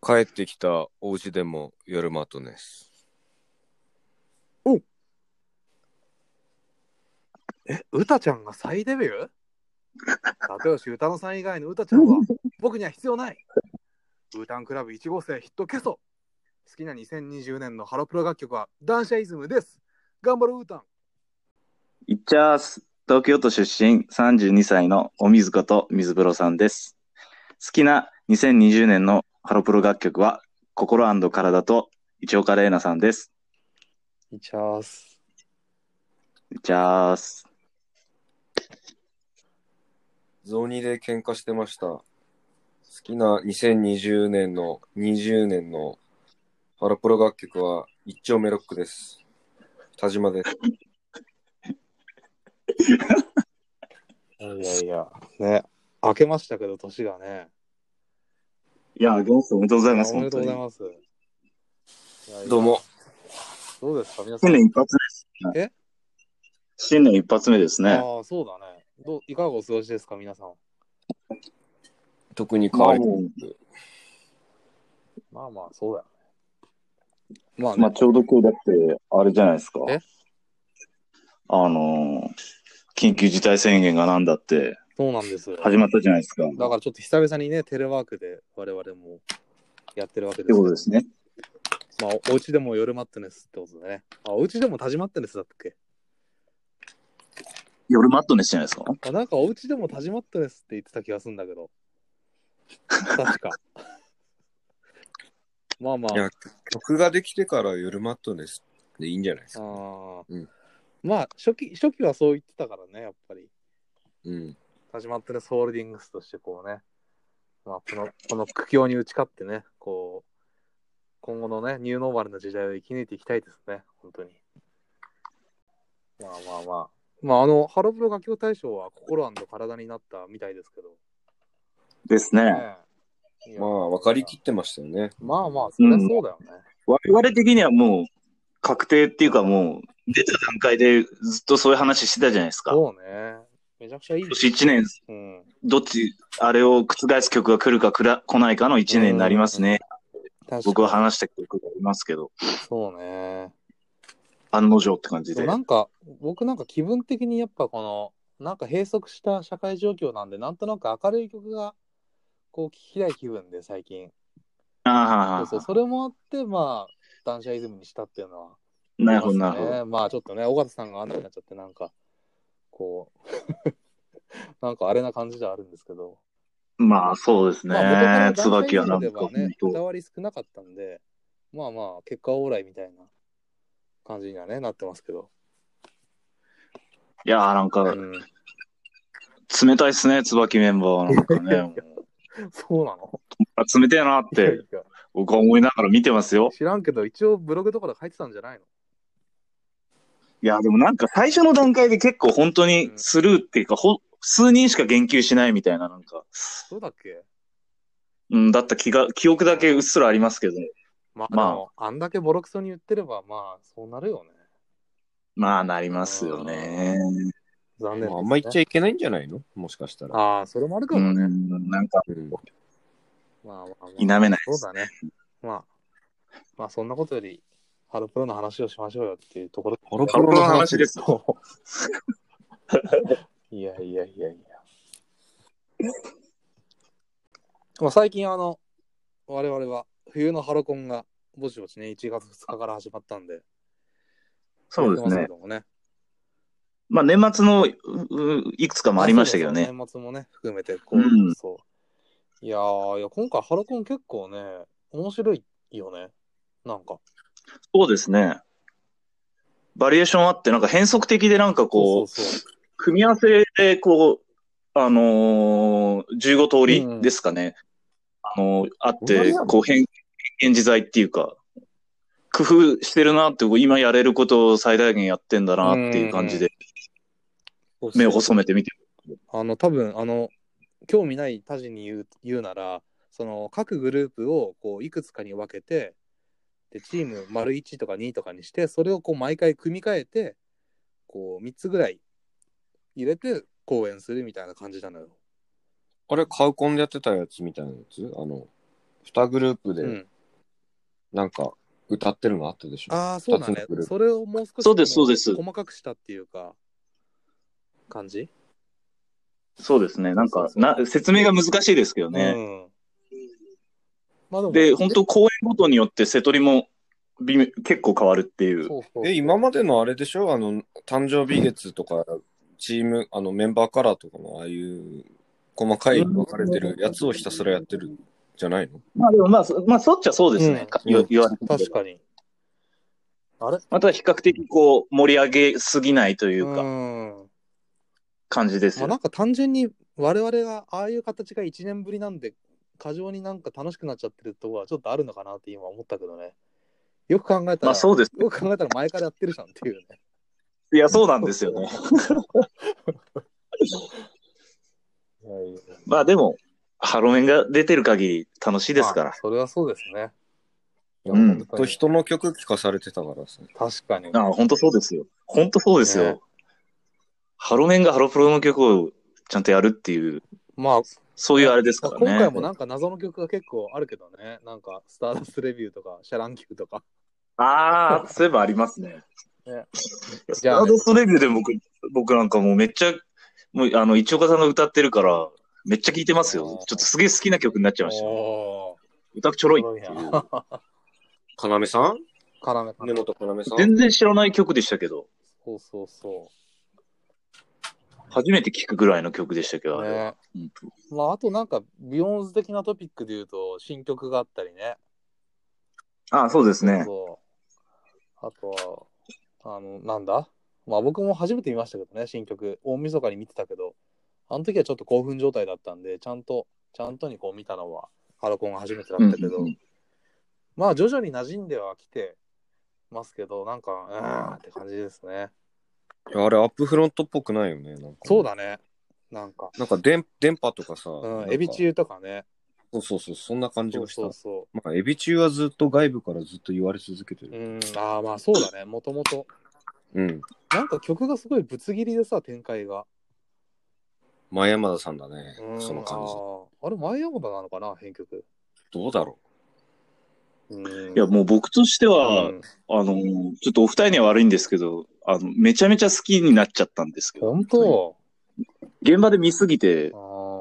帰ってきたお家でも夜マットネス。 うたちゃんが再デビュー？立吉歌乃さん以外のうたちゃんは僕には必要ない。ウータンクラブ1号生ヒット消そう。好きな2020年のハロプロ楽曲はダンシャイズムです。頑張ろうウータン。 いっちゃーす。東京都出身32歳のお水こと水風呂さんです。好きな2020年のハロプロ楽曲は心&体と市岡玲奈さんです。 いっちゃーす。 いっちゃーす。 雑煮で喧嘩してました。好きな2020年のハロプロ楽曲は一丁目ロックです。田島です。 いやね、明けましたけど年がね。 いや、どうもおめでとうございます。 おめでとうございます。 どうも。 どうですか皆さん。 新年一発目ですね。新年一発目ですね。 ああ、そうだね。いかがお過ごしですか皆さん。 特に変わり、 まあそうだよね。まあちょうど今日だってあれじゃないですか。緊急事態宣言がなんだってそうなんです。 始まったじゃないですか。 だからちょっと久々にね、テレワークで我々もやってるわけですけど。 ってことですね。 まあ、お家でも夜マットネスってことでね。お家でもタジマットネスだったっけ？ 夜マットネスじゃないですか。 なんかお家でもタジマットネスって言ってた気がするんだけど。確か。まあ。 いや、曲ができてから夜マットネスでいいんじゃないですか。 まあ、初期はそう言ってたからね、やっぱり。タジマットネスホールディングスとしてこうね、まあ、この苦境に打ち勝ってね、こう、今後のね、ニューノーマルの時代を生き抜いていきたいですね、本当に。まあ、ハロプロ楽曲大賞は心&体になったみたいですけど。 ですね。 まあ、分かりきってましたよね。 まあ、そりゃそうだよね。 我々的にはもう、確定っていうかもう、出た段階でずっとそういう話してたじゃないですか。 そうね。めちゃくちゃいい。 今年1年、どっち、あれを覆す曲が来るか来ないかの1年になりますね。僕は話した曲がありますけど。 そうね。 案の定って感じで。 僕気分的にやっぱ閉塞した社会状況なんで、なんとなく明るい曲がこう聴きたい気分で最近。それもあって、まあ、ダンシャイズムにしたっていうのは、 なるほど、なるほど。 まあちょっとね、尾形さんがあんなになっちゃって、こう、あれな感じではあるんですけど。 まあそうですね。 まあ元からダンシャイ椿はなんかズムではね、歌割り少なかったんで、まあ結果オーライみたいな感じにはね、なってますけど。 いやーなんか、冷たいっすね、椿メンバーなんかね。 そうなの？ 冷たいなって、僕は思いながら見てますよ。 知らんけど、一応ブログとかで書いてたんじゃないの？ いや、でもなんか最初の段階で結構本当にスルーっていうか、数人しか言及しないみたいな、なんか。 そうだっけ？ だった記憶だけうっすらありますけど。 まあ、あんだけボロクソに言ってれば、まあ、そうなるよね。 まあ、なりますよね。 残念ですね。 あんま言っちゃいけないんじゃないの？もしかしたら。 それもあるかもね。 なんか、否めないです。 そうだね。まあ、そんなことより、ハロプロの話をしましょうよっていうところ。 ハロプロの話です。 いや。まあ、最近我々は冬のハロコンがぼちぼちね、1月2日から始まったんで。 そうですね。 ね、 まあ年末のいくつかもありましたけどね。 年末もね、含めてこう、そう。いや今回ハロコン結構ね、面白いよね。なんか。 そうですね。バリエーションあって、なんか変則的でなんかこう、組み合わせでこう、15通りですかね。あって、こう変幻自在っていうか、工夫してるなって、今やれることを最大限やってんだなっていう感じで、目を細めて見てる。 多分、興味ない他人に言うなら、その各グループをこういくつかに分けて、でチーム丸1とか2とかにして、それをこう毎回組み替えて、こう3つぐらい入れて公演するみたいな感じなのよ。 あれ、カウコンでやってたやつみたいなやつ 2グループで、 うん。 なんか、歌ってるのあったでしょ。 ああ、そうだね二つのグルー。プそれをもう少しそうですそうです細かくしたっていうか、感じそうですね。なんか、 そうそう説明が難しいですけどうね。 ん。まあでも、 で、本当公演ごとによって瀬取りも結構変わるっていう。 そうそう今までのあれでしょ誕生日月とか、チーム、メンバーカラーとかのああいう細かい分かれてるやつをひたすらやってるんじゃないの？ まあでもそうっちゃそうですね。言われてみれば確かに。あれまた比較的こう盛り上げすぎないというか、感じですよ。 まあなんか単純に我々がああいう形が1年ぶりなんで、過剰になんか楽しくなっちゃってるとこはちょっとあるのかなって今思ったけどね。よく考えたら、 まあそうです。 よく考えたら前からやってるじゃんっていうね。 いや、そうなんですよね。まあでも、ハロメンが出てる限り楽しいですから。 まあそれはそうですね。 うん。 と人の曲聴かされてたからさ。 確かに。 本当そうですよ。本当そうですよ。 ね、 ハロメンがハロプロの曲をちゃんとやるっていう、 まあ、 そういうあれですからね。 今回もなんか謎の曲が結構あるけどね。なんか、スターダストレビューとか、シャランキューとか。 ああ、そういえばありますね。 ね、 スターダストレビューで僕なんかもうめっちゃ、もう市岡さんが歌ってるから、めっちゃ聴いてますよ。ちょっとすげえ好きな曲になっちゃいました。歌ちょろいっていう。 かなめさん？ 根本かなめさん？ 全然知らない曲でしたけど。 そうそうそう。 初めて聴くぐらいの曲でしたけど、 ね、まあ、あとなんか、ビヨンズ的なトピックで言うと、新曲があったりね。 ああ、そうですね。 あとは、なんだまあ僕も初めて見ましたけどね、新曲。大晦日に見てたけど、あの時はちょっと興奮状態だったんで、ちゃんとにこう見たのは、ハロコンが初めてだったけど、まあ徐々に馴染んではきてますけど、なんか、って感じですね。 あれ、アップフロントっぽくないよね。なんかね、 そうだね。なんか電波とかさ、 エビ中とかね。 そう、そんな感じがした。 そうなんかエビ中はずっと外部からずっと言われ続けてる。 まあそうだね、もともと。なんか曲がすごいぶつ切りでさ、展開が。 前山田さんだね、その感じ。 あれ、前山田なのかな、編曲。 どうだろう。いや、もう僕としては、ちょっとお二人には悪いんですけど、めちゃめちゃ好きになっちゃったんですけど。 本当？ 現場で見すぎて、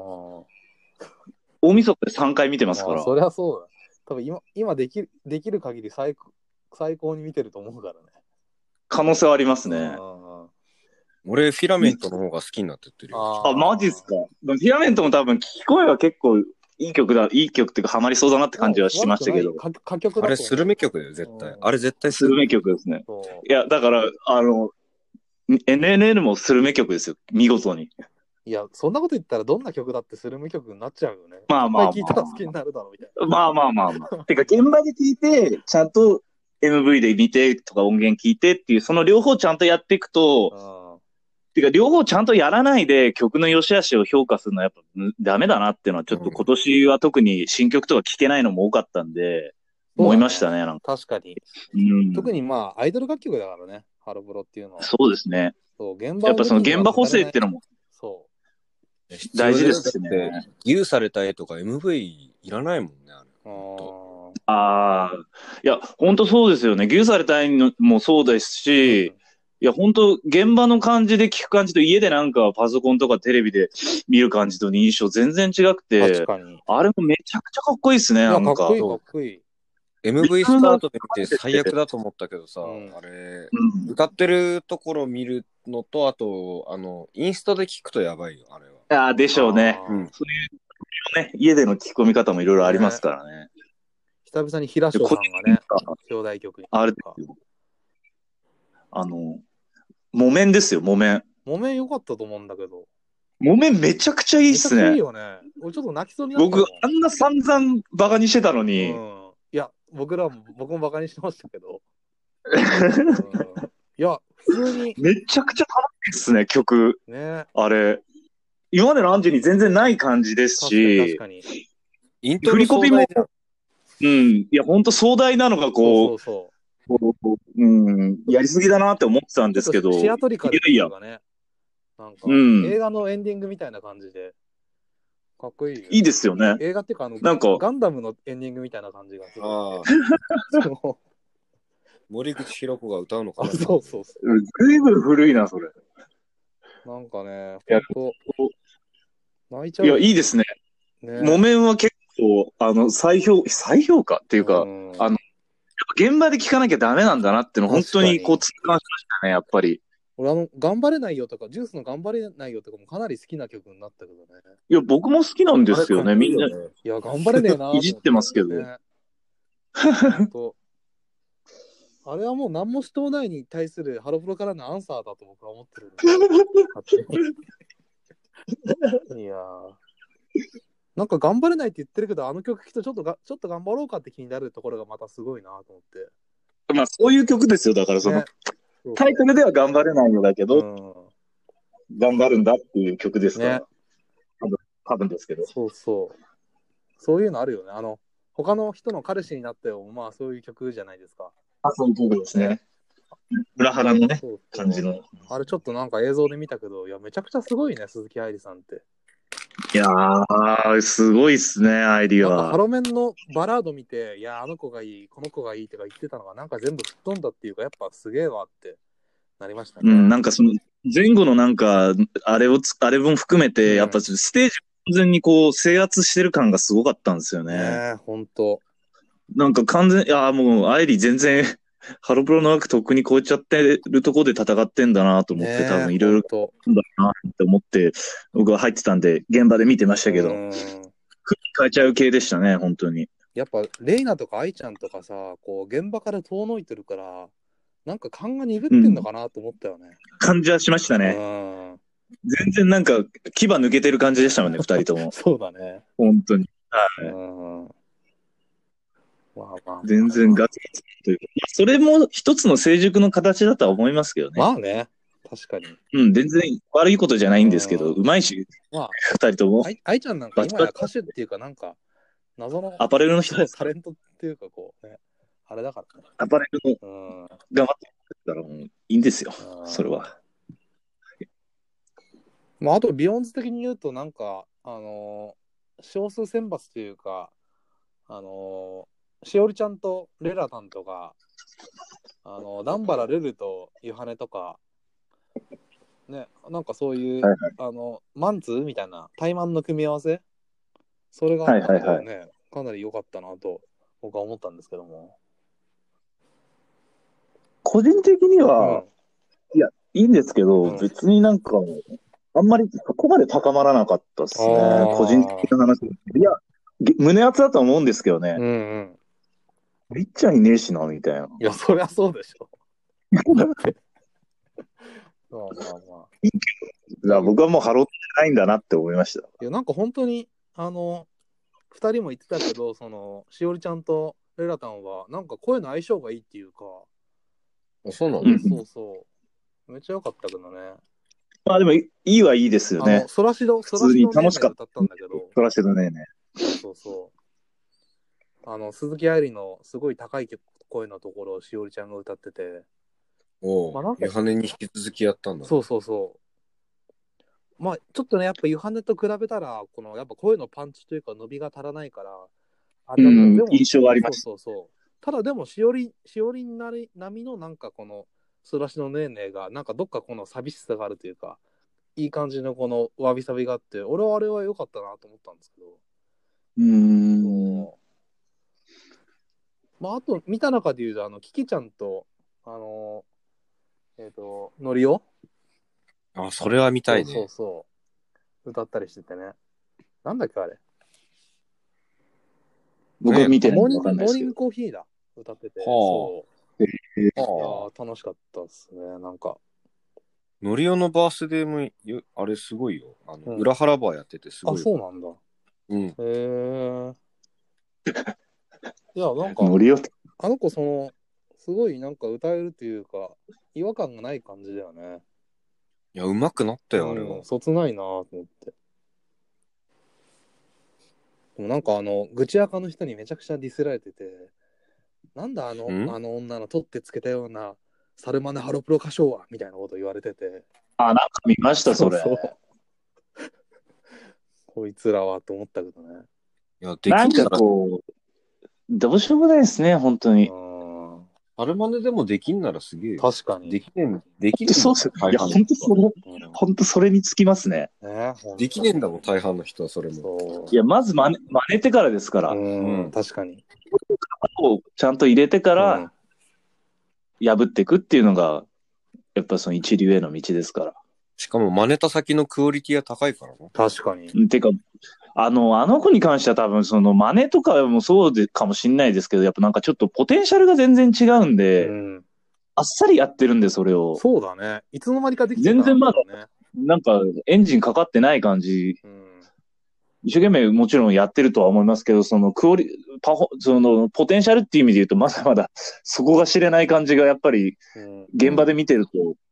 大晦日で3回見てますから。 そりゃそうだ。多分今できる限り最高に見てると思うからね。 可能性はありますね。 俺、フィラメントの方が好きになってってるよ。 マジっすか。フィラメントも多分聞こえは結構いい曲っていうかハマりそうだなって感じはしましたけど。 歌曲あれ、スルメ曲だよ、絶対。あれ、絶対スルメ曲ですね。いや、だから、NNN もスルメ曲ですよ、見事に。 いや、そんなこと言ったらどんな曲だってスルメ曲になっちゃうよね。 まあ。 聞いたら好きになるだろうみたいな。 まあ。てか、現場で聞いて、ちゃんと MV で見てとか音源聞いてっていう、その両方ちゃんとやっていくと、てか、両方ちゃんとやらないで曲の良し悪しを評価するのはやっぱダメだなっていうのは、ちょっと今年は特に新曲とか聞けないのも多かったんで、思いましたね、なんか。 確かに。特にまあ、アイドル楽曲だからね、ハロプロっていうのは。 そうですね。やっぱその現場補正っていうのも、大事ですしね。 ギューされた絵とか MV いらないもんね、 いや、ほんとそうですよね。ギューされた絵もそうですし、いや、本当現場の感じで聞く感じと家でなんかパソコンとかテレビで見る感じと印象全然違くて、あれもめちゃくちゃかっこいいですね、なんか。 かっこいい。 MV スタートで見て最悪だと思ったけどさ、あれ、歌ってるところ見るのと、あと、インスタで聞くとやばいよ、あれは。 でしょうね。そういうね、家での聞き込み方もいろいろありますからね。 久々に平翔さんがね、表題曲に。 あれですよ。木綿ですよ、木綿。 木綿良かったと思うんだけど。 木綿めちゃくちゃいいっすね。 めちゃくちゃいいよね。俺ちょっと泣きそうになった。 僕、あんな散々バカにしてたのに。 いや、僕もバカにしてましたけど。いや、普通に。 めちゃくちゃ楽しいっすね、曲。 ね。 あれ。今までのアンジェに全然ない感じですし。 確かに。 イントロ壮大も、 いや、ほんと壮大なのがやりすぎだなって思ってたんですけど。 シアトリカルというかね。なんか、映画のエンディングみたいな感じで。 かっこいいよ。 いいですよね。 映画っていうか、 なんか、 ガンダムのエンディングみたいな感じがする。 ああ、 そ森口博子が歌うのかな。 そうそうそずいぶん古いな、それ。 う。なんかね、 いやほんと、泣いちゃういや、 よね。 いいですね。 ね。 木綿は結構、再評価っていうか、 んやっぱ現場で聞かなきゃダメなんだなっての、本当にこう、痛感しましたね、やっぱり。 俺頑張れないよとか、ジュースの頑張れないよとかもかなり好きな曲になったけどね。 いや、僕も好きなんですよね、みんな。 ね。 いや、頑張れねえなーと思いじってますけどね。ほんとあれはもう何もしとうないに対するハロプロからのアンサーだと僕は思ってるんで。勝手にいやー。なんか頑張れないって言ってるけど、あの曲聴くとちょっと頑張ろうかって気になるところがまたすごいなと思って。 まあ、そういう曲ですよ。だからね、 タイトルでは頑張れないのだけど、 うん、 頑張るんだっていう曲ですから。 ね、 多分ですけど。 そうそう。そういうのあるよね。他の人の彼氏になっても、まあそういう曲じゃないですか。 そういう曲ですね。裏腹のね、 そう感じの。 あれちょっとなんか映像で見たけど、いや、めちゃくちゃすごいね、鈴木愛理さんって。 いやー、すごいっすね、アイディアなんかハは。 ロメンのバラード見て、いや、あの子がいい、この子がいいとか言ってたのが、なんか全部吹っ飛んだっていうか、やっぱすげえわってなりましたね。 なんかその、前後のなんか、あれも含めて、やっぱステージ完全にこう、制圧してる感がすごかったんですよね。 ね、ほんと。 なんかいや、もう、アイリー全然、ハロプロの枠とっくに超えちゃってるところで戦ってんだなと思って、多分いろいろなんだなって思って、僕は入ってたんで、現場で見てましたけど、変えちゃう系でしたね、本当に。 やっぱ、レイナとかアイちゃんとかさ、こう、現場から遠のいてるから、なんか勘が鈍ってんのかなと思ったよね。 感じはしましたね。全然なんか、牙抜けてる感じでしたもんね、二人とも。 そうだね。 本当に。はい。全然ガツガツというか、それも一つの成熟の形だとは思いますけどね。 まあね、確かに。 全然悪いことじゃないんですけど、うまいし、二人とも。 愛ちゃんなんか今や歌手っていうかなんか、謎のアパレルの人タレントっていうかこう、ね、あれだからね。 アパレルの頑張ってたらもういいんですよ、それは。 まあ、あと、ビヨンズ的に言うと、なんか、少数選抜というか、しおりちゃんとレラタンとか、ダンバラ、ルルとユハネとか、ね、なんかそういう、マンツーみたいな、タイマンの組み合わせ、それがなんかね、かなり良かったなと、僕は思ったんですけども。 個人的には、いや、いいんですけど、別になんか、あんまりそこまで高まらなかったですね。個人的な話。いや、胸熱だと思うんですけどね。りっちゃんいねえしな、みたいな。 いや、そりゃそうでしょ。まあまあまあ。 いいけど、僕はもうハローってないんだなって思いました。 いや、なんか本当に、二人も言ってたけど、しおりちゃんとレラタンは、なんか声の相性がいいっていうか。 そうなの？ そうそう。めっちゃ良かったけどね。 まあでも、いいはいいですよね。 ソラシドねーねー歌ったんだけど。 ソラシドねーねー。そうそう。鈴木愛理のすごい高い声のところをしおりちゃんが歌ってて。 ユハネに引き続きやったんだ。 そうそうそう。まあ、ちょっとね、やっぱユハネと比べたら、やっぱ声のパンチというか伸びが足らないから、 印象はあります。 そうそうそう。ただでも、しおり並みのなんかこの、ソラシドねーねーが、なんかどっかこの寂しさがあるというか、いい感じのこのわびさびがあって、俺はあれは良かったなと思ったんですけど。まあ、あと、見た中で言うと、キキちゃんと、のりおそれは見たいね。 そうそう。歌ったりしててね。なんだっけ、あれ。 僕は見てないモーニングコーヒーだ。歌ってて。そう。いや楽しかったっすね、なんか。 のりおのバースデーも、あれすごいよ。裏腹バーやっててすごい。 そうなんだ。へいや、なんか、あの子、すごいなんか歌えるというか、違和感がない感じだよね。 いや、うまくなったよ、あれは。 そつないなと思って。でもなんか愚痴垢の人にめちゃくちゃディスられてて、なんだあの女の取ってつけたようなサルマネハロプロ歌唱はみたいなこと言われてて。 なんか見ました、それ。 こいつらはと思ったけどね。 いや、でなんからきんな、 こう、どうしようもないですね、本当に。 アルマネでもできんならすげえよ。 確かに。 できねえ、できねえんだそうですよ。いや、 大半の本当それ、 うん本当それにつきますね。 ね、ほんとできねえんだもん、大半の人はそれも。 そう。 いや、まず真似てからですから。 うん確かに。 をちゃんと入れてかうんら、破っていくっていうのが、やっぱその一流への道ですから。 しかも真似た先のクオリティが高いからな。 確かに。 てか、あの子に関しては多分その真似とかもそうでかもしんないですけど、やっぱなんかちょっとポテンシャルが全然違うんで、 うん。 あっさりやってるんで、それを。 そうだね。いつの間にかできてたんだ全然まろうね。 なんかエンジンかかってない感じ。 うん。 一生懸命もちろんやってるとは思いますけど、そのそのポテンシャルっていう意味で言うと、まだまだそこが知れない感じがやっぱりうん。 現場で見てると、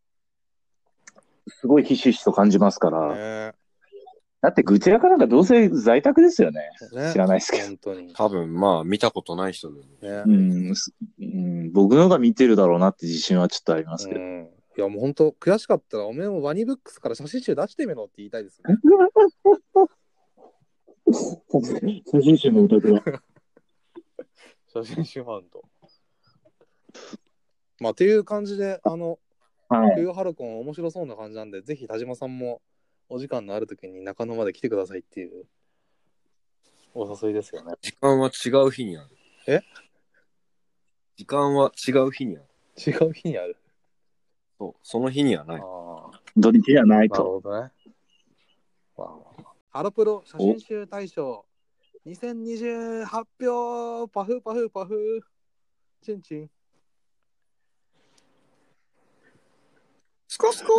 すごいひしひしと感じますから。 ねだってグチラカなんかどうせ在宅ですよね。 ね知らないですけど。 本当に。 多分まあ見たことない人でも。 ね僕のが見てるだろうなって自信はちょっとありますけど。 いやもう本当悔しかったらおめえもワニブックスから写真集出してみろって言いたいですね。 写真集の歌では。 写真集マウント。まあっていう感じではい。 冬ハルコン面白そうな感じなんで、ぜひ田島さんもお時間のある時に中野まで来てくださいっていうお誘いですよね。 時間は違う日にある。 え？ 時間は違う日にある。 違う日にある。 そう、その日にはない。 土日じゃないなると。 ほどね。ハロプロ写真集大賞2020発表パフパフパフチンチン。 スコスコ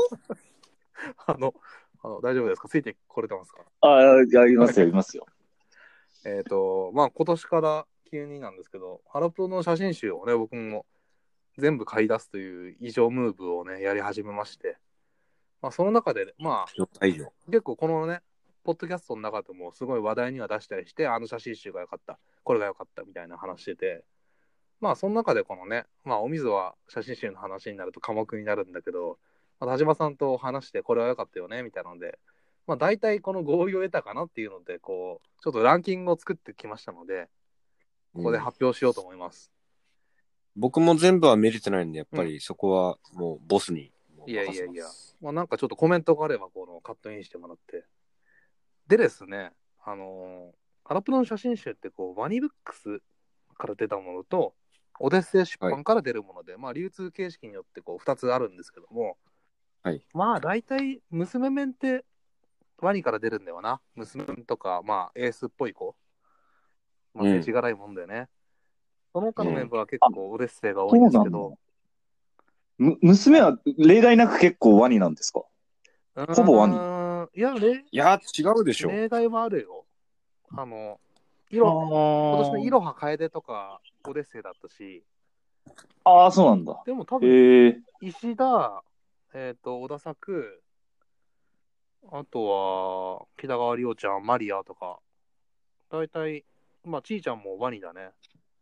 大丈夫ですか？ついてこれてますか？ やりますよ、やりますよ。 まあ今年から急になんですけど、ハロプロの写真集をね、僕も全部買い出すという異常ムーブをね、やり始めまして、まあその中で、まあ結構このね、ポッドキャストの中でもすごい話題には出したりして、あの写真集が良かった、これが良かったみたいな話してて、まあその中でこのね、まあお水は写真集の話になると科目になるんだけど、まあ、田島さんと話してこれは良かったよねみたいなので、まあ大体この合意を得たかなっていうので、こう、ちょっとランキングを作ってきましたので、ここで発表しようと思います。 僕も全部は見れてないんで、やっぱりそこはもうボスにいやいやいや、まあなんかちょっとコメントがあれば、このカットインしてもらって。でですね、ハロプロの写真集ってこう、ワニブックスから出たものと、オデッセイ出版から出るもので、まあ流通形式によってこう2つあるんですけども、まあ大体娘面ってワニから出るんだよな。娘面とか、まあエースっぽい子。まあ世知辛いもんだよね。その他のメンバーは結構オデッセイが多いんですけど、 娘は例外なく結構ワニなんですか？ほぼワニ。 いや、違うでしょ。 例外はあるよ。今年のいろは楓とかオデッセイだったし。 ああ、そうなんだ。 でも多分、石田、小田作、あとは、北川里央ちゃん、マリアとか、大体、まあ、ちーちゃんもワニだね。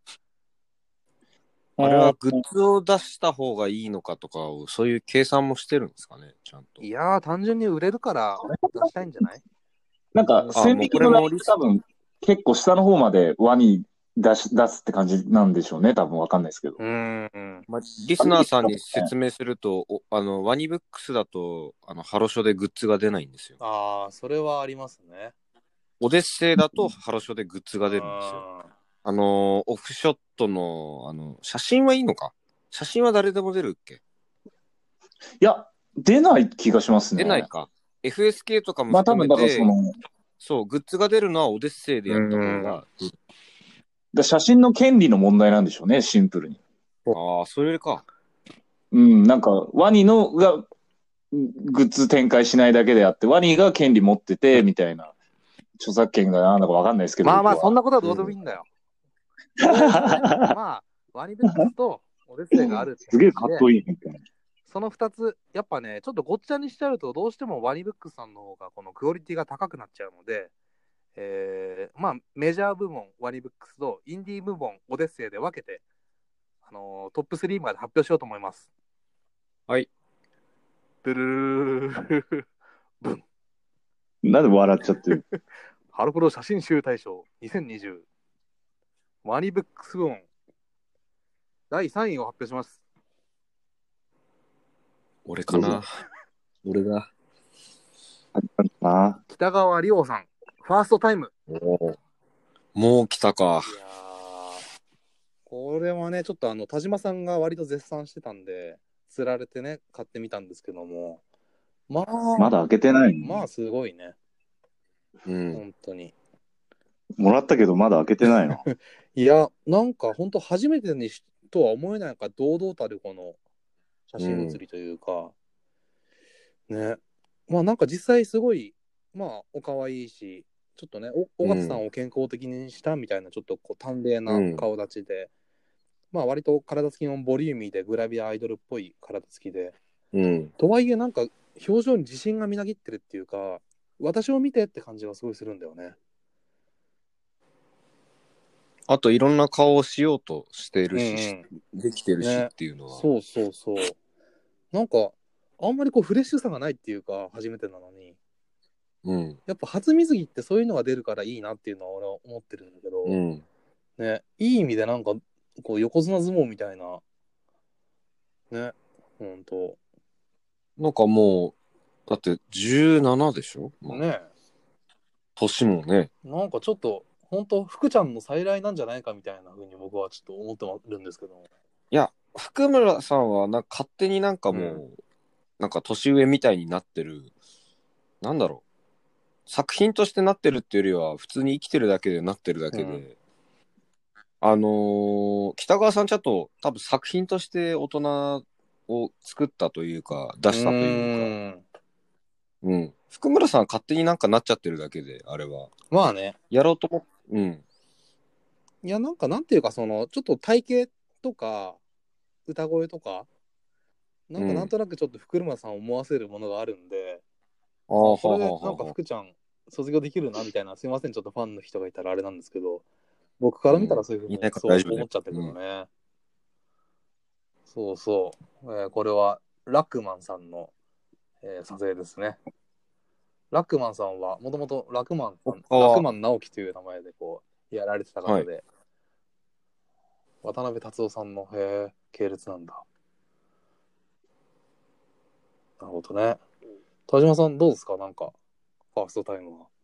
あれはグッズを出した方がいいのかとかを、そういう計算もしてるんですかね、ちゃんと。 いやー、単純に売れるから出したいんじゃない？ なんか、線引きのライン多分、結構下の方までワニ出すって感じなんでしょうね、多分わかんないですけど。 まあ、リスナーさんに説明すると、ワニブックスだと、ハロショでグッズが出ないんですよ。 ああ、それはありますね。 オデッセイだとハロショでグッズが出るんですよ。オフショットの、写真はいいのか？写真は誰でも出るっけ？ いや、出ない気がしますね。 出ないか。FSK とかも含めて、 まあ多分だからそう、グッズが出るのはオデッセイでやった方が。 写真の権利の問題なんでしょうね、シンプルに。 ああ、それか。 なんか、ワニのがグッズ展開しないだけであって、ワニが権利持ってて、みたいな。著作権がなんだかわかんないですけど。 まあまあ、そんなことはどうでもいいんだよ。まあ、ワニブックスとオデッセイがあるって。 すげえかっこいいね。 その2つ、やっぱね、ちょっとごっちゃにしちゃうと、どうしてもワニブックスさんの方がこのクオリティが高くなっちゃうので、まあ、メジャー部門、ワニブックスとインディー部門、オデッセイで分けて、トップ3まで発表しようと思います。 はい。 ブルルルルルブン。 なんで笑っちゃってる？ ハロプロ写真集大賞2020マニブックス部門第3位を発表します。 俺かな。俺だ。 北川里央さん、ファーストタイム。 もう来たか。 いやこれはね、ちょっと田島さんが割と絶賛してたんで、釣られてね、買ってみたんですけども、まだ開けてないの？ まあすごいね。 うん。 本当に。 もらったけどまだ開けてないの？ いや、なんか本当初めてにとは思えないか堂々たるこの写真写りというか、ね。まあなんか実際すごい、まあお可愛いし、ちょっとね、尾形さんを健康的にしたみたいな、ちょっとこう淡麗な顔立ちで、まあ割と体つきもボリューミーでグラビアアイドルっぽい体つきで、とはいえなんか表情に自信がみなぎってるっていうか、私を見てって感じがすごいするんだよね。 あといろんな顔をしようとしてるし、できてるしっていうのは、 そうそうそう。なんかあんまりこうフレッシュさがないっていうか、初めてなのに、やっぱ初水着ってそういうのが出るからいいなっていうのは俺は思ってるんだけど、ね、いい意味でなんかこう横綱相撲みたいなね、ほんとなんかもうだって17でしょ、 ね、 年もね、 なんかちょっと本当福ちゃんの再来なんじゃないかみたいな風に僕はちょっと思ってるんですけど。 いや、福村さんはなんか勝手になんかもう、なんか年上みたいになってる、なんだろう、作品としてなってるっていうよりは普通に生きてるだけでなってるだけで、北川さんちょっと多分作品として大人を作ったというか出したというか、福村さんは勝手になんかなっちゃってるだけで、あれはまあね、 やろうと思って、 いやなんかなんていうかそのちょっと体型とか歌声とかなんとなくちょっと福村さんを思わせるものがあるんで、これでなんか福ちゃん卒業できるなみたいな、すいませんちょっとファンの人がいたらあれなんですけど、僕から見たらそういうふうにそう思っちゃったけどね。そうそう、これはラックマンさんの、撮影ですね。ラックマンさんはもともとラックマン直樹という名前でこうやられてた方で、渡辺達夫さんの系列なんだ。なるほどね。田島さんどうですか、なんかファーストタイムは。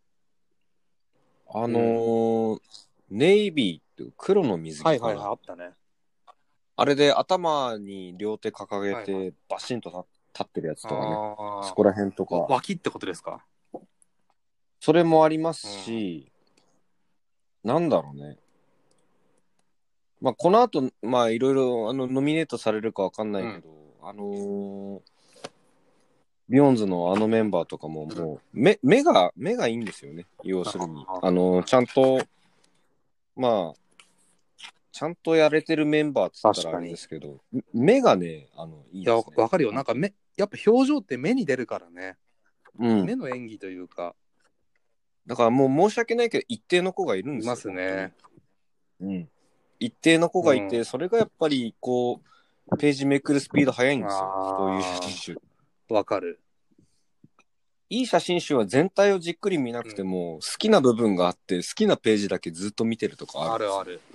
ネイビーっていう黒の水着かな、 あったね。 あれで頭に両手掲げてバシンと立ってるやつとかね、そこら辺とか。 脇ってことですか？ それもありますし、なんだろうね。まあこの後、まあいろいろノミネートされるかわかんないけど、ビヨンズのメンバーとかももう目がいいんですよね。要するにちゃんとまあちゃんとやれてるメンバーって言ったらあれですけど、目がねいいですね。 いやわかるよ。なんかやっぱ表情って目に出るからね。目の演技というか。 だからもう申し訳ないけど一定の子がいるんですよ。いますね。 一定の子がいて、それがやっぱりこうページめくるスピード速いんですよ。そういう写真集。 わかる。 いい写真集は全体をじっくり見なくても、好きな部分があって好きなページだけずっと見てるとかあるんですよ。ある。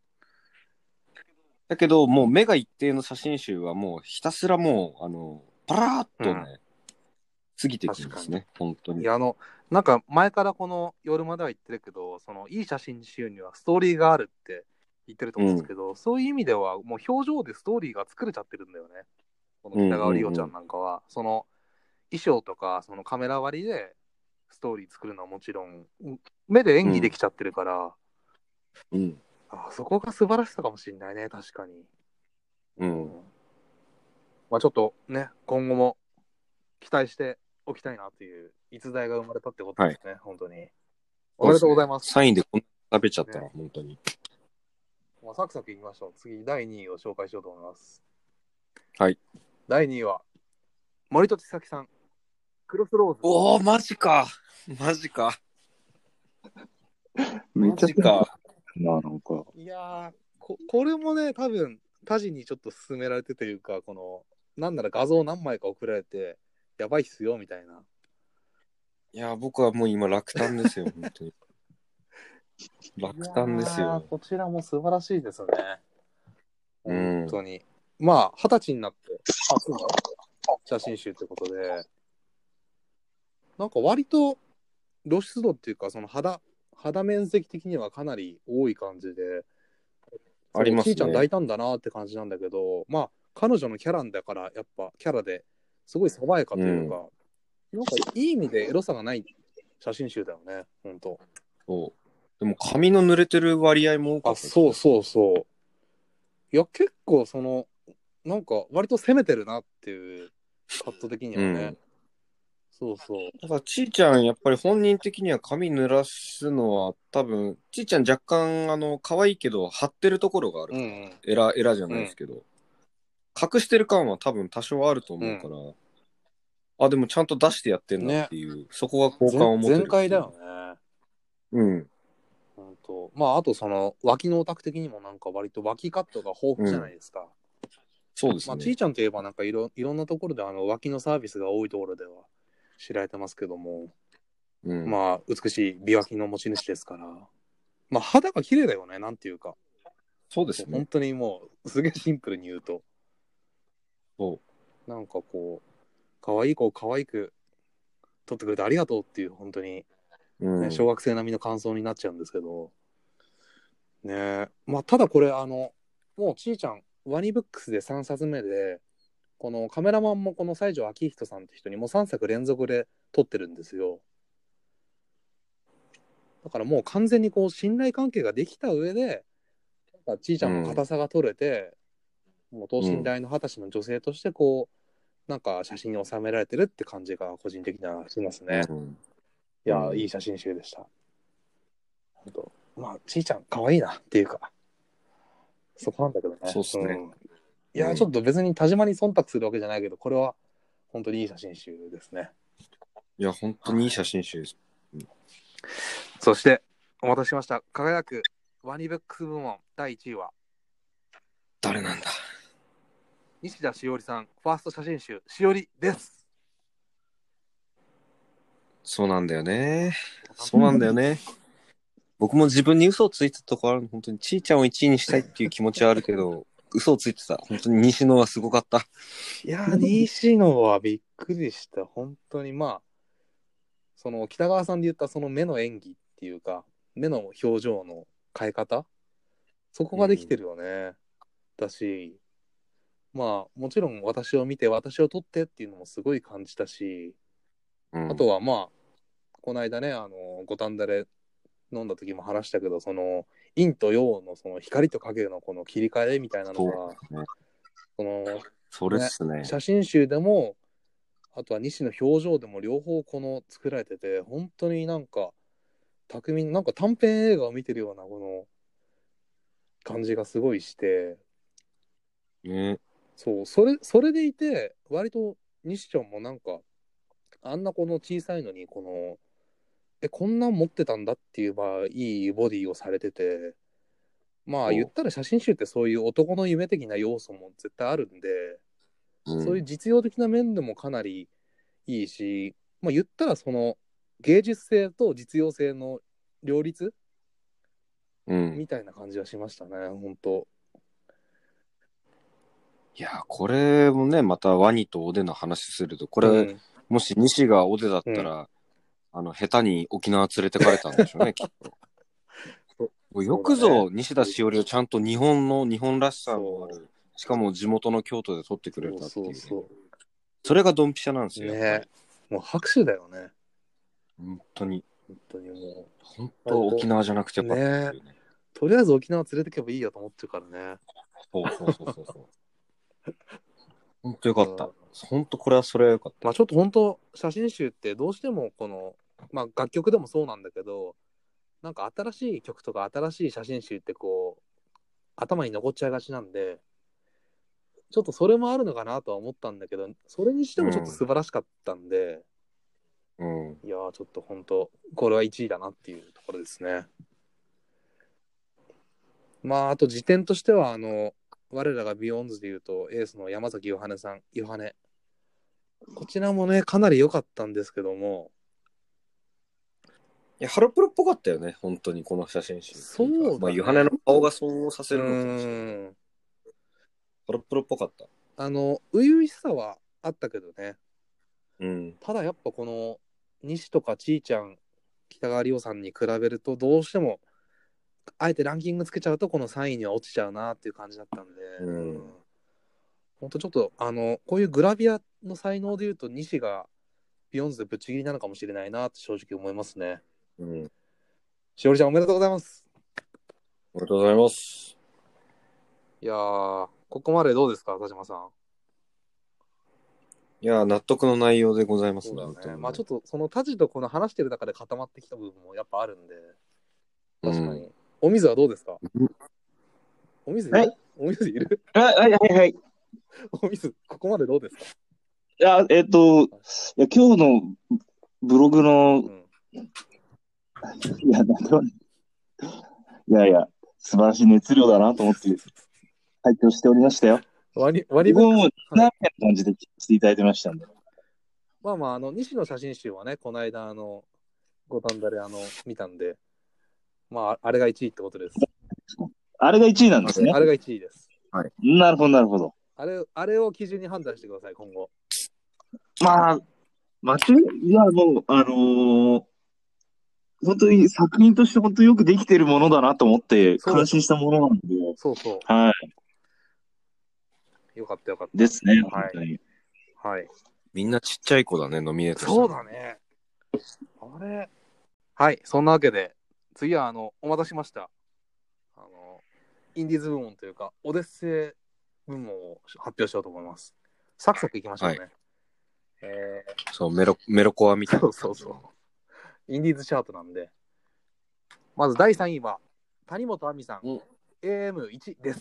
だけどもう目が一定の写真集はもうひたすらもうパラーっとね、過ぎていくんですね。本当に。 いやなんか前からこの夜までは言ってるけど、そのいい写真集にはストーリーがあるって言ってると思うんですけど、そういう意味ではもう表情でストーリーが作れちゃってるんだよね。この北川里央ちゃんなんかは、その衣装とかそのカメラ割りでストーリー作るのはもちろん目で演技できちゃってるから、そこが素晴らしさかもしれないね。確かに。まあちょっとね、今後も期待しておきたいなという逸材が生まれたってことですね。本当におめでとうございます。 サインでこんな食べちゃったら、本当に。 まあ、サクサクいきましょう。次、第2位を紹介しようと思います。 はい。 第2位は、森戸千咲さん、クロスローズ。 おお、マジか。マジか。 めっちゃか。なんか。 いやこれもね、多分、他人にちょっと勧められてというか、この、なんなら画像何枚か送られて、やばいっすよ、みたいな。 いや、僕はもう今落胆ですよ、本当に。落胆ですよ。 こちらも素晴らしいですね。 うん本当に。まあ、20歳になって初の写真集ということで、なんか割と露出度っていうか、その肌面積的にはかなり多い感じで、 ありますちいちゃんね。 大胆だなって感じなんだけど、まあ、彼女のキャラだから、やっぱキャラですごい爽やかというか、なんかいい意味でエロさがない写真集だよね、本当。 そう。でも髪の濡れてる割合も多かあ、 ったです。 そうそうそう。いや、結構なんか割と攻めてるなっていうカット的にはね。そうそう。 だからちいちゃん、やっぱり本人的には髪濡らすのは多分、ちいちゃん若干、可愛いけど、張ってるところがあるから、エラじゃないですけど、隠してる感は多分多少あると思うから、あ、でもちゃんと出してやってんなっていう、そこが好感を持てるっていう。 全開だよね。 うん。 本当。まあ、あと脇のオタク的にもなんか割と脇カットが豊富じゃないですか。まあ、 そうですね。 ちいちゃんといえばなんかいろんなところで脇のサービスが多いところでは知られてますけども、まあ、美しい美脇の持ち主ですから、まあ、肌が綺麗だよね、なんていうか。 そうですね。 本当にもう、すげえシンプルに言うと。 そう。 なんかこう、可愛い子を可愛く撮ってくれてありがとうっていう、本当に、ね、小学生並みの感想になっちゃうんですけど、ね。まあ、ただこれ、もうちいちゃん、ワニブックスで3冊目で、このカメラマンもこの西條明人さんって人にもう3作連続で撮ってるんですよ。だからもう完全にこう信頼関係ができた上で、ちいちゃんも硬さが取れて、もう等身大の20歳の女性としてこう、なんか写真に収められてるって感じが個人的にはしますね。いや、いい写真集でした。本当。まあ、ちいちゃん可愛いなっていうか、そこなんだけどね。 そうっすね。 いや、ちょっと別に田島に忖度するわけじゃないけど、これは本当にいい写真集ですね。 いや、本当にいい写真集です。 そして、お待たせしました。輝くワニブックス部門第1位は、 誰なんだ。 西田しおりさん、ファースト写真集、しおりです。 そうなんだよね。そうなんだよね。僕も自分に嘘をついてたとこあるの、本当にちいちゃんを1位にしたいっていう気持ちはあるけど、嘘をついてた。本当に西野はすごかった。 いやー、西野はびっくりした。本当にまあ、北川さんで言ったその目の演技っていうか、目の表情の変え方、そこができてるよね。だし、まあ、もちろん私を見て、私を撮ってっていうのもすごい感じたし、あとはまあ、この間ね、五反田で飲んだ時も話したけど、陰と陽のその光と影のこの切り替えみたいなのが、 それっすね。 写真集でも、あとは西の表情でも両方作られてて、本当になんか、巧みに、なんか短編映画を見てるようなこの感じがすごいして、そう、それでいて、割と西ちゃんもなんか、あんなこの小さいのに、こんなん持ってたんだっていう、まあ、いいボディをされてて、まあ言ったら写真集ってそういう男の夢的な要素も絶対あるんで、そういう実用的な面でもかなりいいし、まあ言ったら芸術性と実用性の両立、みたいな感じはしましたね、本当。 いや、これもね、またワニとオデの話すると、これ、もし西がオデだったら、下手に沖縄連れてかれたんでしょうね、きっと。よくぞ西田しおりをちゃんと日本らしさのある、しかも地元の京都で撮ってくれたっていう。それがドンピシャなんですよ。 ね、もう拍手だよね。 本当に。 本当にもう。 本当沖縄じゃなくてよかったっていうね。 とりあえず沖縄連れてけばいいやと思ってるからね。 そう。本当よかった。本当これはよかった。 まあちょっと本当写真集ってどうしてもまあ楽曲でもそうなんだけど、なんか新しい曲とか新しい写真集って頭に残っちゃいがちなんで、ちょっとそれもあるのかなとは思ったんだけど、それにしてもちょっと素晴らしかったんで、いやーちょっと本当これは1位だなっていうところですね。まああと時点としては我らがビヨンズでいうとエースの山崎ヨハネさん、こちらもねかなり良かったんですけども、 いや、ハロプロっぽかったよね、本当にこの写真集。 そうだね。 まあ、ユハネの顔がそうさせるのかもしれない。 うん。 ハロプロっぽかった。 初々しさはあったけどね。 うん。 ただやっぱこの西とかちーちゃん、北川里央さんに比べるとどうしてもあえてランキングつけちゃうとこの3位には落ちちゃうなっていう感じだったんで、ほんとちょっとこういうグラビアの才能でいうと西がビヨンズでぶっちぎりなのかもしれないなって正直思いますね。 うん。 しおりちゃんおめでとうございます。 おめでとうございます。 いやー、ここまでどうですか、田島さん。 いや、納得の内容でございますそうだね。 本当にまあちょっとそのタジとこの話してる中で固まってきた部分もやっぱあるんで、確かに。お水はどうですか？お水いる？ はいお水いる？ はいはいはい。 お水、ここまでどうですか？ いや、今日のブログの、いや、なんだろうね。いやいや、素晴らしい熱量だなと思って拝聴しておりましたよ。 割僕りももう、 はいな感じで聞かせていただいてましたんで。 まあまあ、西の写真集はね、この間、五反田で見たんで、まあ、あれが1位ってことです。 あれが1位なんですね。 あれが1位です。 なるほど、なるほど。 あれを基準に判断してください、今後。 まあ、いや、もう、本当に作品として本当によくできてるものだなと思ってそう感心したものなんで。 そうそう。 はよかったよかった。 い。ですね、 はい本当に。 はい。 みんなちっちゃい子だね、ノミネートしたそうだね。あれ。はい、そんなわけで、次はお待たせしました。インディーズ部門というか、オデッセイ部門を発表しようと思います。サクサクいきましょうね。 はいそう、メロコアみたいな。 そう。インディーズチャートなんで。まず第3位は、谷本亜美さん、AM1 です。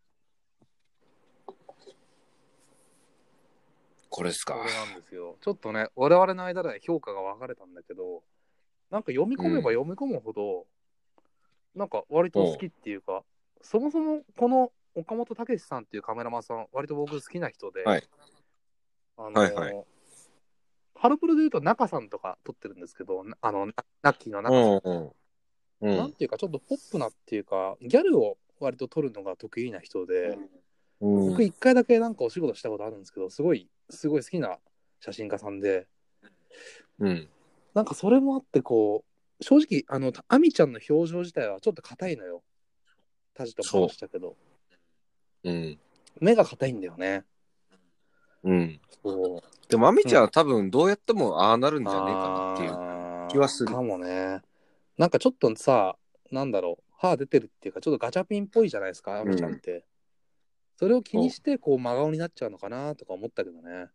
これですか。 これなんですよ。ちょっとね、我々の間で評価が分かれたんだけど、なんか読み込めば読み込むほど、なんか割と好きっていうか、そもそもこの岡本武史さんっていうカメラマンさん、割と僕好きな人で、 はいはいハロプロでいうと中さんとか撮ってるんですけど、ナッキーの中さん。なんていうか、ちょっとポップなっていうか、ギャルを割と撮るのが得意な人で、僕一回だけなんかお仕事したことあるんですけど、すごい好きな写真家さんで、なんかそれもあってこう、正直、アミちゃんの表情自体はちょっと硬いのよ。タジとも話したけど。目が硬いんだよね。そう。 でも、アミちゃんは多分どうやってもああなるんじゃねえかなっていう気はする。 かもね。なんかちょっとさ、なんだろう、歯出てるっていうか、ちょっとガチャピンっぽいじゃないですか、アミちゃんって。それを気にして、こう、真顔になっちゃうのかなとか思ったけどね。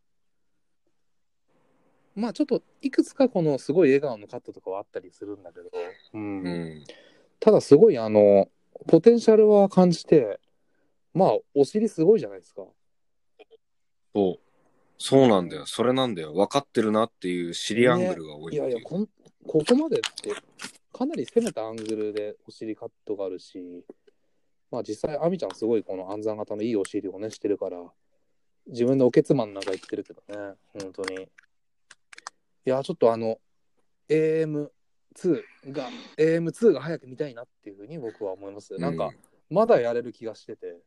まあちょっといくつかこのすごい笑顔のカットとかはあったりするんだけど、ただすごいポテンシャルは感じて、まあお尻すごいじゃないですか。 そうなんだよ。それなんだよ。分かってるなっていう尻アングルが多い。 いやここまでってかなり攻めたアングルでお尻カットがあるし、まあ実際アミちゃんすごいこの暗算型のいいお尻をねしてるから、自分でおけつまんなんか言ってるけどね、本当に。いやちょっとAM2 が早く見たいなっていうふうに僕は思います。なんかまだやれる気がしてて。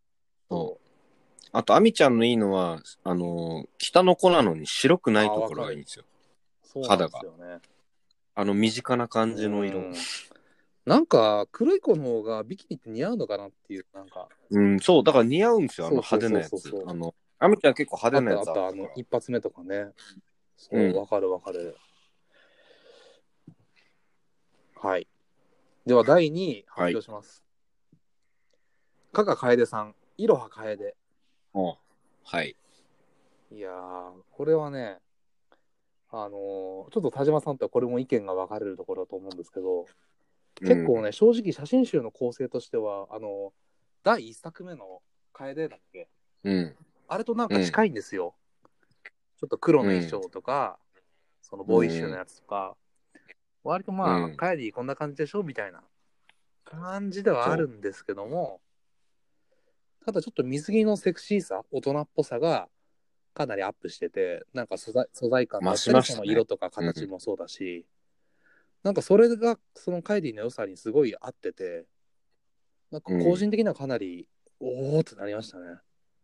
あとアミちゃんのいいのは北の子なのに白くないところがいいんですよ。肌が身近な感じの色。 なんか黒い子の方がビキニって似合うのかなっていう、なんかそうだから似合うんですよ、派手なやつ。アミちゃん結構派手なやつあった一発目とかね。そうわかる。はい。では第2位発表します。加賀楓さん、いろは楓。 はい。 いやー、これはね、ちょっと田島さんとはこれも意見が分かれるところだと思うんですけど、結構ね、正直写真集の構成としては、第1作目の楓だっけ、あれとなんか近いんですよ。ちょっと黒の衣装とか、そのボーイッシュなやつとか、割とまあ、楓こんな感じでしょみたいな感じではあるんですけども、ただちょっと水着のセクシーさ、大人っぽさがかなりアップしてて、なんか素材感だったり、その色とか形もそうだし、 なんかそれがそのカイリーの良さにすごい合ってて、なんか個人的にはかなり、おーってなりましたね。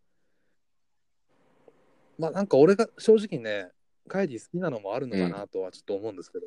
まあなんか俺が正直ね、カイリー好きなのもあるのかなとはちょっと思うんですけど、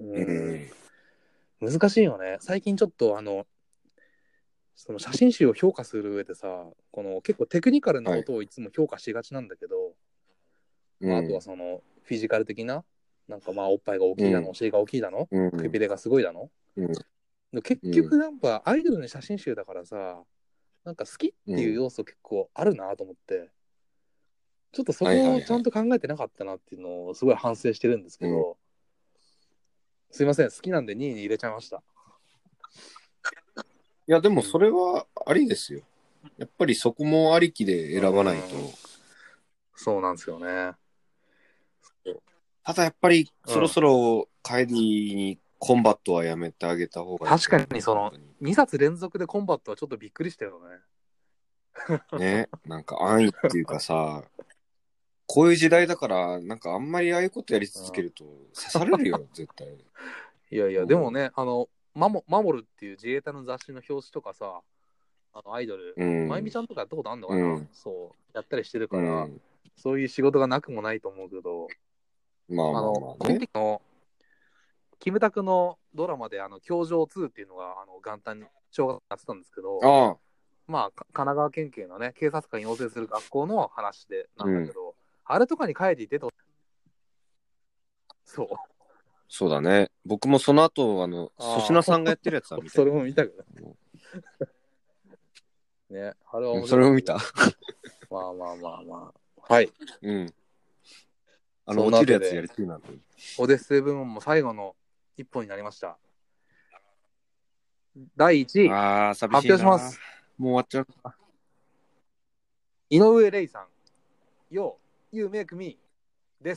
難しいよね。最近ちょっとその写真集を評価する上でさ、この結構テクニカルなことをいつも評価しがちなんだけど、まあ、あとはそのフィジカル的な、なんかまあおっぱいが大きいだの、お尻が大きいだの、くびれがすごいだの。結局やっぱアイドルの写真集だからさ、なんか好きっていう要素結構あるなと思って、ちょっとそこをちゃんと考えてなかったなっていうのをすごい反省してるんですけど、すいません、好きなんで2位に入れちゃいました。 いや、でもそれはありですよ。やっぱりそこもありきで選ばないと。 そうなんですよね。 ただやっぱりそろそろカイリーにコンバットはやめてあげた方がいい。 確かにその2冊連続でコンバットはちょっとびっくりしたよね。ね、なんか安易っていうかさ、こういう時代だから、なんかあんまりああいうことやり続けると刺されるよ、絶対。 いやいや、でもね、守るっていう自衛隊の雑誌の表紙とかさ、アイドル、まゆみちゃんとかやったことあるのかな、そう、やったりしてるから、そういう仕事がなくもないと思うけど、 まあまあまあ、ね、 この時の、キムタクのドラマで、教場2っていうのが、元旦に小学校やってたんですけど、まあ、神奈川県警のね、警察官養成する学校の話でなんだけど、あれとかに書いていてと、そう。 そうだね。僕もその後、粗品さんがやってるやつは見た。 それも見たけど。ね、あれは面白い。 それも見た。 まあまあまあまあ。はい。 落ちるやつやりたいなと。 オデッセイ部門も最後の一本になりました。第1位、発表します。 もう終わっちゃう。 井上レイさん、Yo, You Make Me です。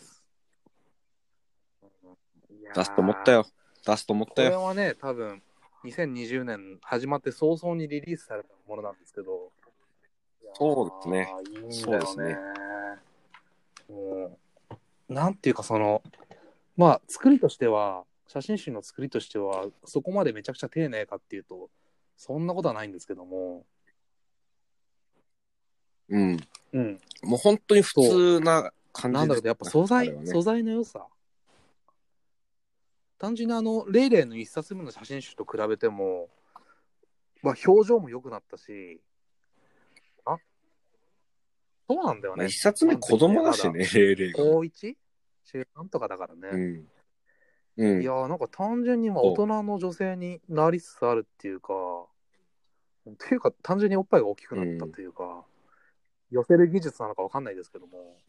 出すと思ったよ。 これはね、多分、2020年始まって早々にリリースされたものなんですけど。 そうですね。 いいんだよね。なんていうかまあ作りとしては、写真集の作りとしては、そこまでめちゃくちゃ丁寧かっていうと、そんなことはないんですけども。 もう本当に普通な感じで。 なんだろう、やっぱ素材の良さ。単純にレイレイの一冊目の写真集と比べても、まあ表情も良くなったし、そうなんだよね。 一冊目子供だしね、レイレイが。 高 1? 中3とかだからね。いやーなんか単純に大人の女性になりつつあるっていうか、単純におっぱいが大きくなったというか、寄せる技術なのかわかんないですけども。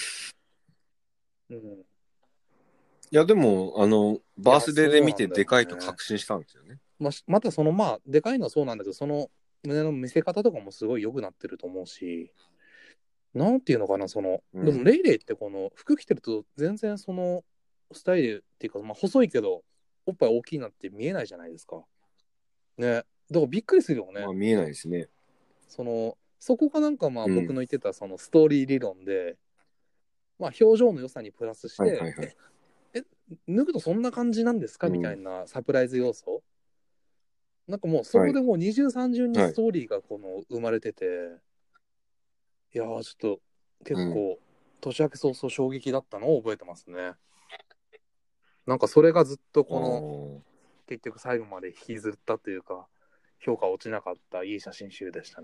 いやでもバースデーで見てでかいと確信したんですよね。 またでかいのはそうなんだけど、その胸の見せ方とかもすごい良くなってると思うし、なんていうのかな、でもレイレイってこの服着てると全然そのスタイルっていうか、まあ細いけどおっぱい大きいなって見えないじゃないですか。ね。だからびっくりするよね。 まあ見えないですね。 そこがなんかまあ僕の言ってたそのストーリー理論で、まあ表情の良さにプラスして、脱ぐとそんな感じなんですかみたいなサプライズ要素。なんかもうそこでもう二重三重にストーリーが生まれてて、いやーちょっと結構年明け早々衝撃だったのを覚えてますね。なんかそれがずっと結局最後まで引きずったというか、評価落ちなかったいい写真集でしたね。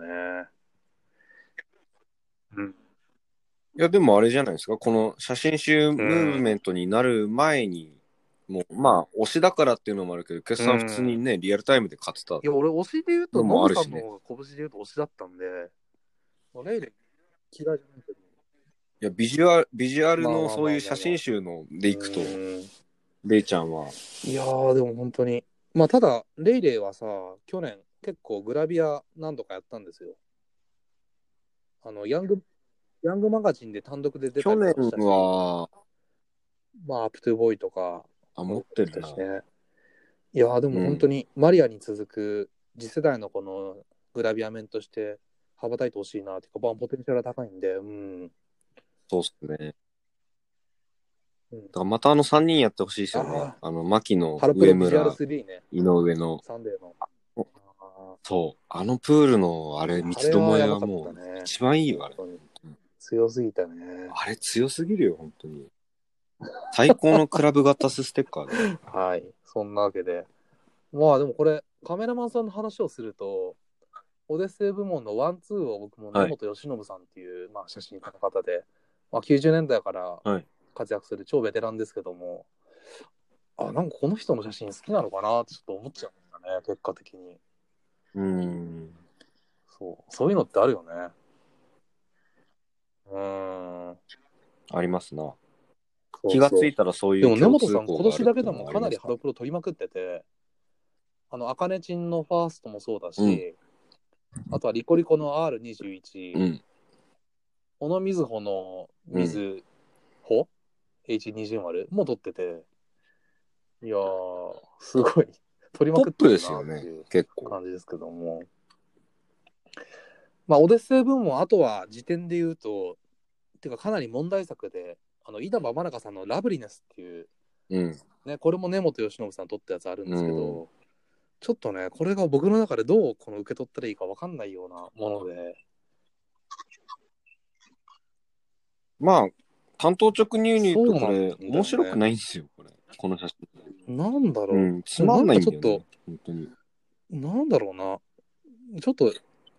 いやでもあれじゃないですか、この写真集ムーブメントになる前に、もうまあ推しだからっていうのもあるけど、決算普通にね、リアルタイムで勝ってた。いや俺推しで言うとノブさんの方が拳で言うと推しだったんで、レイレイ嫌いじゃないけど。 いやビジュアルのそういう写真集のでいくと、レイちゃんは。 いやーでも本当に、まあただレイレイはさ、去年結構グラビア何度かやったんですよ。ヤングマガジンで単独で出たりとかしたし、 去年はまあアップトゥーボーイとか持ってるしね。いやーでも本当にマリアに続く次世代のこのグラビア面として羽ばたいてほしいなっていうか、ポテンシャルが高いんで、 そうっすね。 だからまた3人やってほしいですよね。牧野、 ハロプロビジュアル上村、 3ね。 井上の。 サンデーの。 そう。プールの三つどもえはもう一番いいよ、あれ。 強すぎたね。 あれ強すぎるよ、本当に。最高のクラブが足すステッカーで。 はい。そんなわけで。まあでもこれ、カメラマンさんの話をすると、オデッセイ部門のワン、ツーを僕も根本由伸さんっていう、まあ、写真家の方で、まあ、90年代から活躍する超ベテランですけども、なんかこの人の写真好きなのかなってちょっと思っちゃうんだね、結果的に。そういうのってあるよね。 ありますな。気がついたらそういうでも根共通本さん、今項があるって年だけでいうのはありますもかなりハロプロ取りまくってて、アカネチンのファーストもそうだし、あとはリコリコの R21、小野瑞穂の瑞穂、H20 も取ってて、いやー、すごい、取りまくってるなっていう感じですけども。まあ、オデッセイ部門、あとは時点で言うと、てかかなり問題作で、稲葉真中さんのラブリネスっていう、ね、これも根本由伸さん撮ったやつあるんですけど、ちょっとね、これが僕の中でどう受け取ったらいいか分かんないようなもので。 まあ、担当直入に言うとこれ、面白くないんですよ、この写真。 なんだろう。 つまんないんだよね。 なんかちょっと、 本当に。 なんだろうな。ちょっと、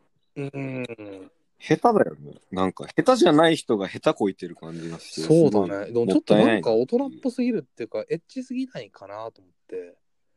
下手だよね。なんか、下手じゃない人が下手こいてる感じがして。 そうだね。でもちょっとなんか大人っぽすぎるっていうか、エッチすぎないかなと思って。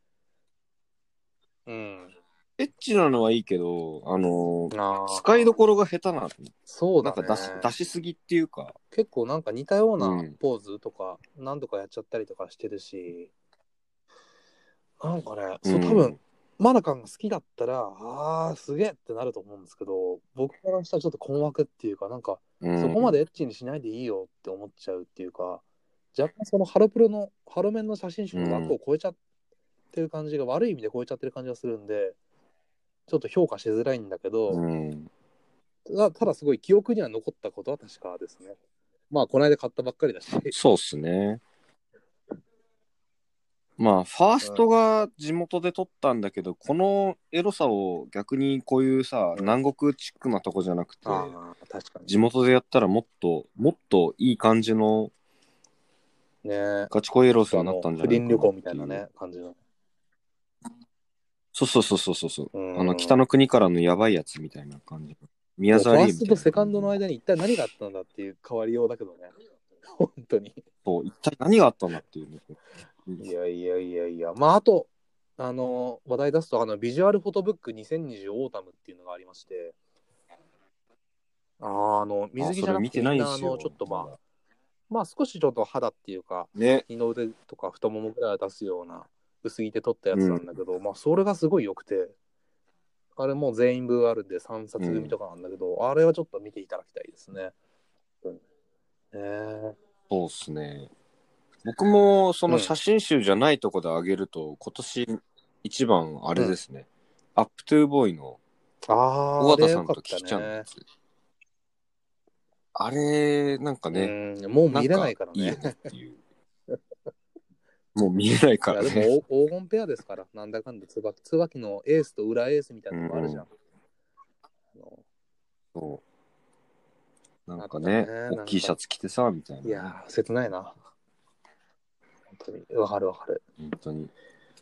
エッチなのはいいけど、使いどころが下手な。 そうだね。 なんか出しすぎっていうか。 結構なんか似たようなポーズとか、何度かやっちゃったりとかしてるし、なんかね、多分、マナカンが好きだったら、すげえってなると思うんですけど、僕からしたらちょっと困惑っていうか、なんか、そこまでエッチにしないでいいよって思っちゃうっていうか、若干そのハロメンの写真集の枠を超えちゃってる感じが、悪い意味で超えちゃってる感じがするんで、ちょっと評価しづらいんだけど、ただすごい記憶には残ったことは確かですね。まあ、この間買ったばっかりだし。 そうっすね。まあ、ファーストが地元で撮ったんだけど、このエロさを逆にこういうさ、南国チックなとこじゃなくて、地元でやったらもっといい感じの、ガチ恋エロスになったんじゃないかな。不倫旅行みたいなね、感じの。 そう。北の国からのやばいやつみたいな感じ。宮沢りえみたいな。 ファーストとセカンドの間に一体何があったんだっていう変わりようだけどね。本当に。 そう、一体何があったんだっていうね。 いや。まあ、あと、話題出すと、ビジュアルフォトブック2020オータムっていうのがありまして、水着じゃなくて、みんなちょっとまあ少しちょっと肌っていうか、二の腕とか太ももぐらい出すような薄着で撮ったやつなんだけど、まあそれがすごい良くて、あれもう全員分あるんで3冊組とかなんだけど、あれはちょっと見ていただきたいですね。 そうっすね。僕もその写真集じゃないとこであげると、今年一番あれですね。アップトゥーボーイの尾形さんとキキちゃんのやつ。あれ、なんかね、 もう見れないからね。 いいよねっていう。もう見えないからね。 いやでも黄金ペアですから、なんだかんだ椿のエースと裏エースみたいなのもあるじゃん。 そう。なんかね、大きいシャツ着てさ、みたいな。 いやー、切ないな。本当に、わかる。 本当に。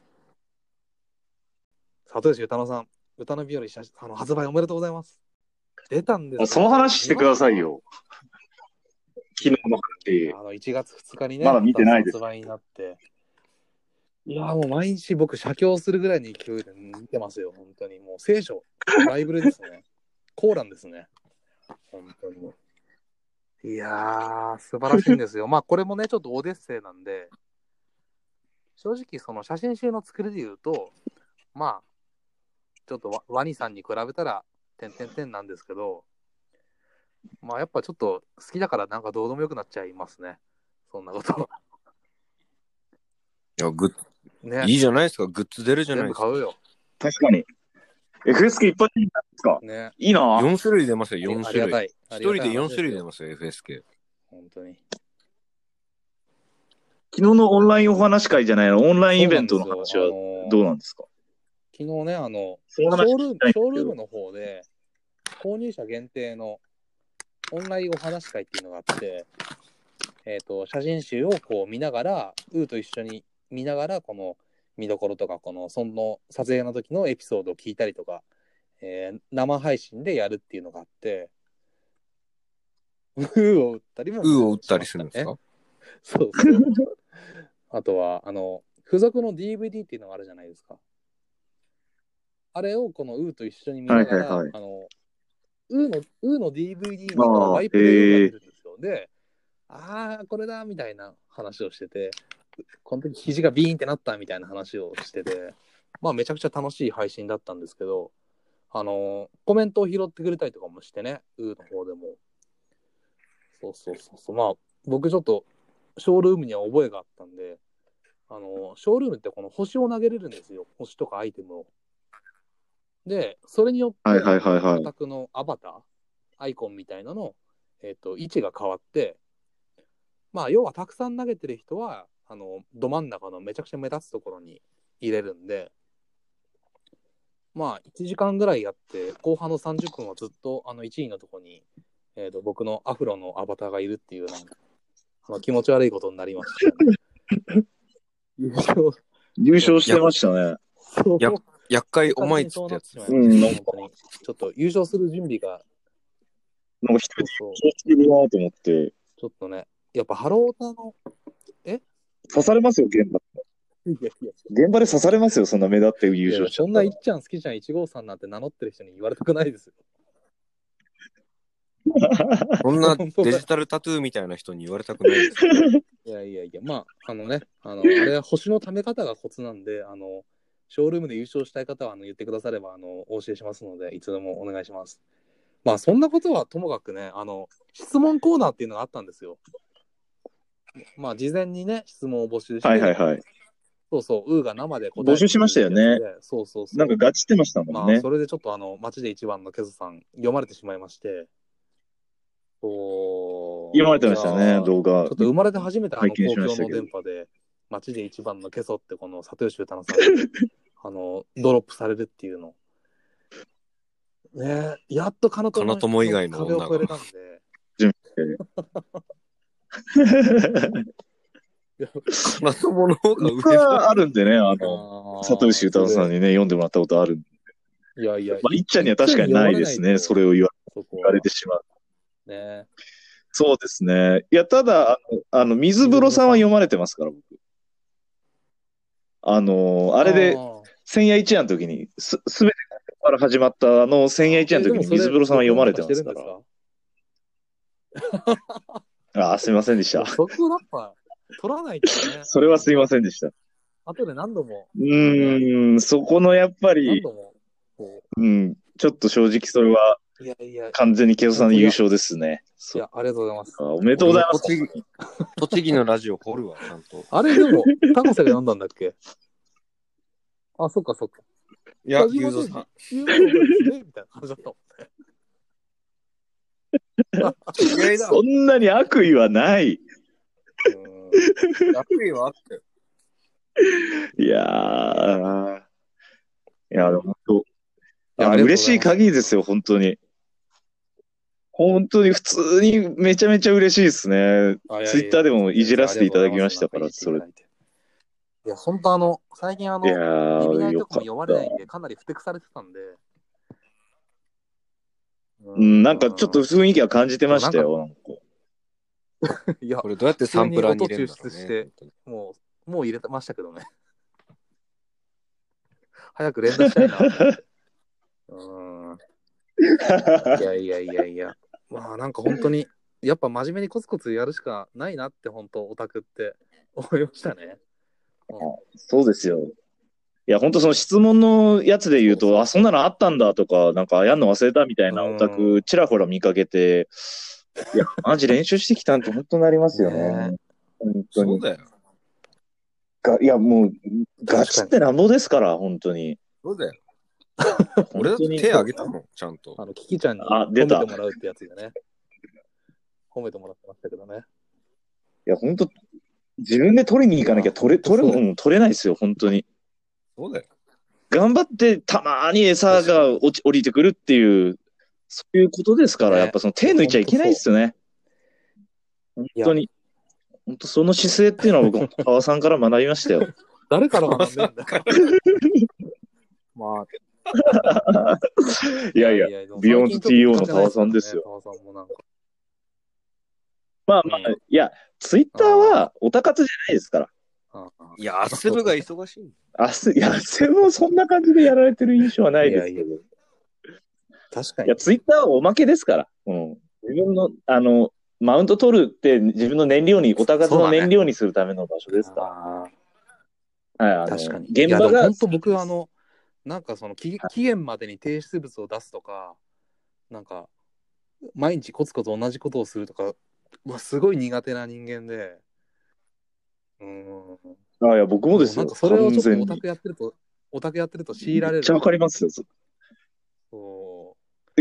里吉歌乃さん、歌の日和発売おめでとうございます。出たんですよ。 その話してくださいよ。昨日の話。 1月2日にね、 まだ見てないです。 発売になって。いやもう毎日僕写経するぐらいの勢いで見てますよ、本当に。もう聖書、バイブルですね。コーランですね。本当に。いやー、素晴らしいんですよ。まあこれもね、ちょっとオデッセイなんで、正直その写真集の作りで言うと、まあ、ちょっとワニさんに比べたら、なんですけど、まあやっぱちょっと好きだからなんかどうでもよくなっちゃいますね。そんなことは。 いや、ね、いいじゃないですか。グッズ出るじゃないですか。 全部買うよ。 確かに。FSK いっぱい出るんですか、 ね、 いいな。 4種類出ますよ、4種類。1人で4種類出ますよ、FSK。 本当に。 昨日のオンラインお話会じゃないの、オンラインイベントの話はどうなんですか？ 昨日ね、 その話ショールームの方で、購入者限定のオンラインお話会っていうのがあって、写真集をこう見ながら、ウーと一緒に見ながら、この見どころとか、その撮影の時のエピソードを聞いたりとか、生配信でやるっていうのがあって、ウーを打ったりも、 ウーを打ったりするんですか？ そうそう。あとは、付属の DVD っていうのがあるじゃないですか。あれをこのウーと一緒に見ながら、ウーの DVD にこのワイプでウーが出るんですよ。で、これだみたいな話をしてて、この時肘がビーンってなったみたいな話をしてて、まあめちゃくちゃ楽しい配信だったんですけど、コメントを拾ってくれたりとかもしてね、ウーの方でも。そう。まあ、僕ちょっと、ショールームには覚えがあったんで、ショールームってこの星を投げれるんですよ。星とかアイテムを。で、それによって、お宅のアバター、アイコンみたいなの、位置が変わって、まあ、要はたくさん投げてる人は、ど真ん中のめちゃくちゃ目立つところに入れるんで、まあ、1時間ぐらいやって、後半の30分はずっと1位のところに、僕のアフロのアバターがいるっていう、気持ち悪いことになりましたね。 優勝してましたね。 厄介お前っつってやつ。 本当にちょっと優勝する準備が。 なんか一人で優勝してるなと思って。 ちょっとね、やっぱハロータの、 刺されますよ、現場。現場で刺されますよ、そんな目立って優勝しちゃった。 そんないっちゃん好きじゃん153なんて名乗ってる人に言われたくないですよ。 そんなデジタルタトゥーみたいな人に言われたくないです。 いや、まあ、あれは星のため方がコツなんで、ショールームで優勝したい方は言ってくださればお教えしますので、いつでもお願いします。まあ、そんなことはともかくね、質問コーナーっていうのがあったんですよ。まあ、事前にね、質問を募集して、そう、ウーが生で答えて募集しましたよね。 そう。 なんかガチってましたもんね。 まあ、それでちょっと街で一番のケゾさん読まれてしまいまして、 読まれてましたね、動画。 ちょっと生まれて初めて公共の電波で、街で一番のケソってこの里吉歌奈さんにドロップされるっていうの。ねえ、やっと金友以外の壁を越えれたんで。 金友の方が上はあるんでね、里吉歌奈さんにね、読んでもらったことあるんで。 いや、 まあ、いっちゃんには確かにないですね、それを言われてしまう。 ね、 そうですね。いや、ただ、水風呂さんは読まれてますから、僕。あれで、千夜一夜の時に、すべてから始まった千夜一夜の時に水風呂さんは読まれてますから。すいませんでした。 そこやっぱ、取らないとね。 それはすいませんでした。 後で何度も。 そこのやっぱり、ちょっと正直それは、完全にケイさんの優勝ですね。 いや、ありがとうございます。 おめでとうございます。 栃木のラジオ掘るわ、ちゃんと。 あれでも、高瀬が読んだんだっけ？あ、そっか。 いや、牛蔵さん。 みたいな感じだったもんね。 そんなに悪意はない。 悪意はあったよ。 いや、でも本当。嬉しい限りですよ、本当に。本当に普通にめちゃめちゃ嬉しいですね。ツイッターでもいじらせていただきましたから、それ。 いや、本当最近リビナイとかも読まれないんで、かなりふてくされてたんで。 なんかちょっと雰囲気は感じてましたよ。 いや、 これどうやってサンプラーに入れるんだろうね。 もう入れてましたけどね。早く連絡したいな。いや。まあなんか本当に、やっぱ真面目にコツコツやるしかないなって、本当オタクって思いましたね。 そうですよ。いや、本当その質問のやつで言うと、そんなのあったんだとか、なんかやんの忘れたみたいなオタク、ちらほら見かけて、いや、マジ練習してきたんって本当なりますよね。本当に。 そうだよ。 いや、もう、ガチってなんぼですから、本当に。 そうだよ。俺だって手挙げたの、ちゃんと。 キキちゃんに褒めてもらうってやつでね。褒めてもらってましたけどね。 いや、本当自分で取りに行かなきゃ取れないですよ、本当に。 そうだよ。 頑張ってたまに餌が降りてくるっていう、そういうことですから、 ねやっぱその手抜いちゃいけないですよね。本当に。本当その姿勢っていうのは僕も川さんから学びましたよ。 誰から学んでんだよ。まあ、 いやいや、ビヨンズ TO の川さんですよ。 川さんもなんか。 まあまあ、いや、ツイッターはオタ活じゃないですから。 いや、アスルが忙しい。 いや、セブもそんな感じでやられてる印象はないですけど。 確かに。 いや、ツイッターはおまけですから。うん。自分の、マウント取るって自分の燃料に、オタ活の燃料にするための場所ですから。はい、 確かに。 現場が。 本当僕なんかその期限までに提出物を出すとか、なんか、毎日コツコツ同じことをするとか、すごい苦手な人間で。 いや、僕もですよ。 なんかそれをちょっとオタクやってると強いられる。 めっちゃわかりますよ。 そう。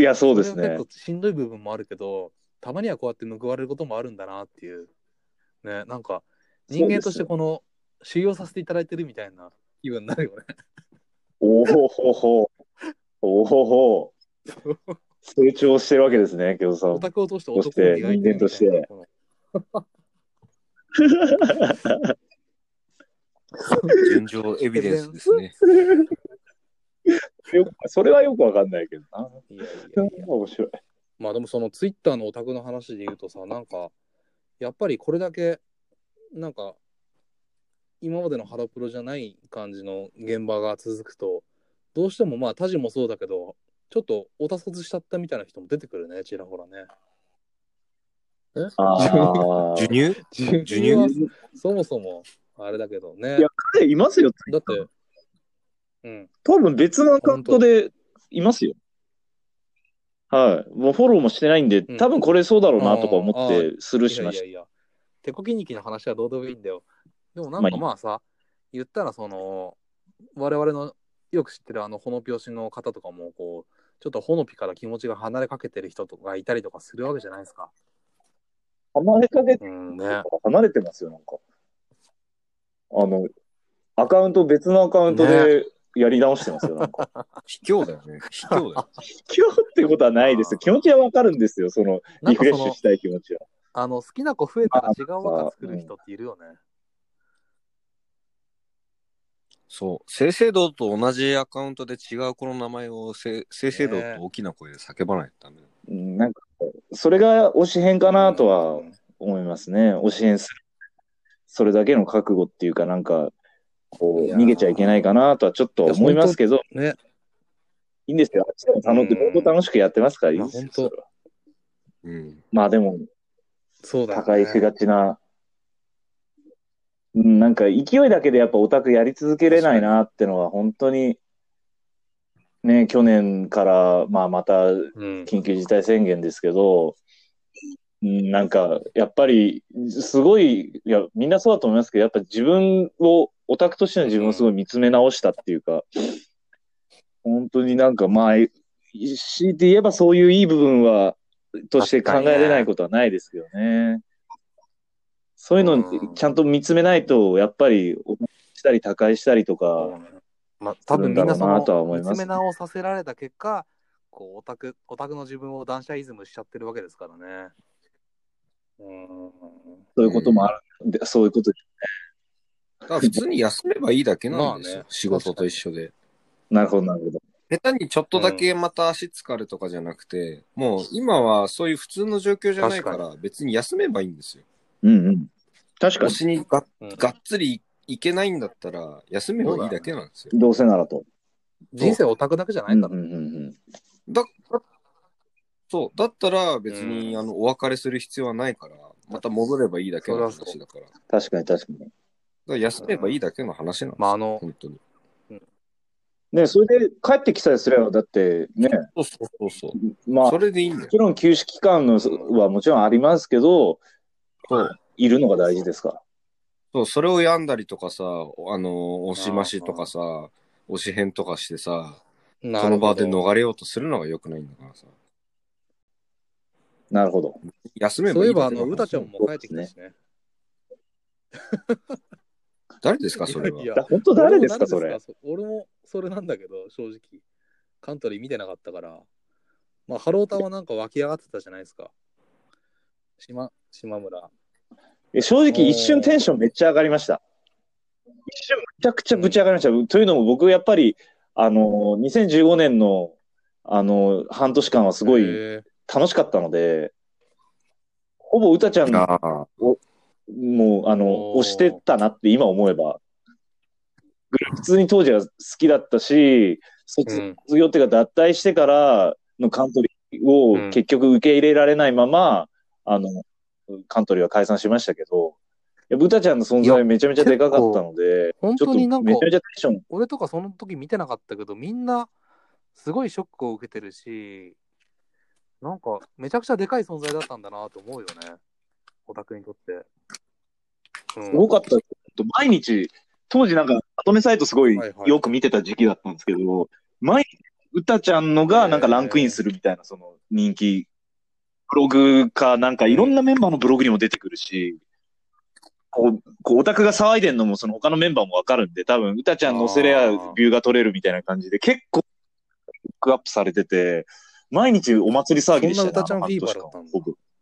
いや、そうですね。 結構しんどい部分もあるけど、たまにはこうやって報われることもあるんだなっていう。ね、なんか、人間としてこの、修行させていただいてるみたいな気分になるよね。 おほほほ。おほほ。成長してるわけですね、京都さん。 オタクを通して男を磨いてるみたいな。人間として。 純情エビデンスですね。 それはよくわかんないけどな。 いや面白い。 まあでもそのツイッターのオタクの話で言うとさ、なんか、やっぱりこれだけ、なんか、今までのハロプロじゃない感じの現場が続くと、どうしてもまあタジもそうだけど、ちょっとオタ卒しちゃったみたいな人も出てくるね、ちらほらね。 授乳はそもそもあれだけどね。 いや、彼いますよ。 だって、 多分別のアカウントでいますよ。はい。もうフォローもしてないんで、多分これそうだろうなとか思ってスルーしました。 いや。手こきにきの話はどうでもいいんだよ。でもなんかまあさ、言ったらその、我々のよく知ってるほのぴょしの方とかも、こう、ちょっとほのぴから気持ちが離れかけてる人とかがいたりとかするわけじゃないですか。 離れかけてる、離れてますよ、なんか。別のアカウントでやり直してますよ、なんか。 卑怯だよね。卑怯だよ。 卑怯ってことはないですよ。気持ちはわかるんですよ、その、リフレッシュしたい気持ちは。 好きな子増えたら違う和歌作る人っているよね。 そう。正々堂と同じアカウントで違う子の名前を正々堂と大きな声で叫ばないとダメだ。 なんか、それが推し変かなとは思いますね。推し変する。それだけの覚悟っていうか、なんか、こう、逃げちゃいけないかなとはちょっと思いますけど、 ね、 いいんですよ。あっちでも楽しくやってますからいいですよ、それは。まあでも、 そうだね、 高いしがちな、なんか勢いだけでやっぱオタクやり続けれないなってのは本当に、ね、去年から、まあまた緊急事態宣言ですけど、なんか、やっぱり、すごい、いや、みんなそうだと思いますけど、やっぱ自分を、オタクとしての自分をすごい見つめ直したっていうか、本当になんか、まあ、強いて言えばそういういい部分は、として考えれないことはないですけどね。そういうのちゃんと見つめないと、やっぱり、したり、他界したりとか、 まあ、多分みんなその見つめ直させられた結果、こうオタクの自分を断捨イズムしちゃってるわけですからね。 そういうこともあるんで、そういうことですね。だから普通に休めばいいだけなんですよ、仕事と一緒で。 なるほど、なるほど。 下手にちょっとだけまた足疲れとかじゃなくて、もう今はそういう普通の状況じゃないから、別に休めばいいんですよ。 確かに。 推しにがっつりいけないんだったら、休めばいいだけなんですよ。 どうせならと。 人生オタクだけじゃないから。 そう。だったら別に、お別れする必要はないから、また戻ればいいだけの話だから。 確かに確かに。だから休めばいいだけの話なんですよ。本当に。 ね、それで帰ってきさえすれば、だってね。 そう。まあ、それでいいんだよ。 もちろん休止期間のはもちろんありますけど、いるのが大事ですから。 そう、それを病んだりとかさ、押し増しとかさ、押し変とかしてさ、その場で逃れようとするのが良くないんだからさ。 なるほど。 休めばいいだけの話。 そういえば、うたちゃんも帰ってきたしね。 誰ですか、それは。 いや本当誰ですか、それ。 俺もそれなんだけど、正直。カントリー見てなかったから。まあ、ハロータはなんか湧き上がってたじゃないですか。島村。 正直一瞬テンションめっちゃ上がりました。一瞬めちゃくちゃぶち上がりました。というのも僕やっぱり、2015年の、半年間はすごい楽しかったので、ほぼ歌ちゃんを、もう、推してたなって今思えば。普通に当時は好きだったし、卒業っていうか脱退してからのカントリーを結局受け入れられないまま、カントリーは解散しましたけど、ブタちゃんの存在めちゃめちゃでかかったので、 本当になんか、 めちゃめちゃテンション。 俺とかその時見てなかったけど、みんなすごいショックを受けてるし、なんかめちゃくちゃでかい存在だったんだなと思うよね。オタクにとって。 すごかったです。毎日、当時なんか、まとめサイトすごいよく見てた時期だったんですけど、毎日、歌ちゃんのがなんかランクインするみたいな、その人気、ブログか、なんかいろんなメンバーのブログにも出てくるし、こうオタクが騒いでんのもその他のメンバーもわかるんで、多分、歌ちゃん載せれやビューが取れるみたいな感じで、結構、ピックアップされてて、毎日お祭り騒ぎでしたね。 そんな歌ちゃんフィーバーだったんだ。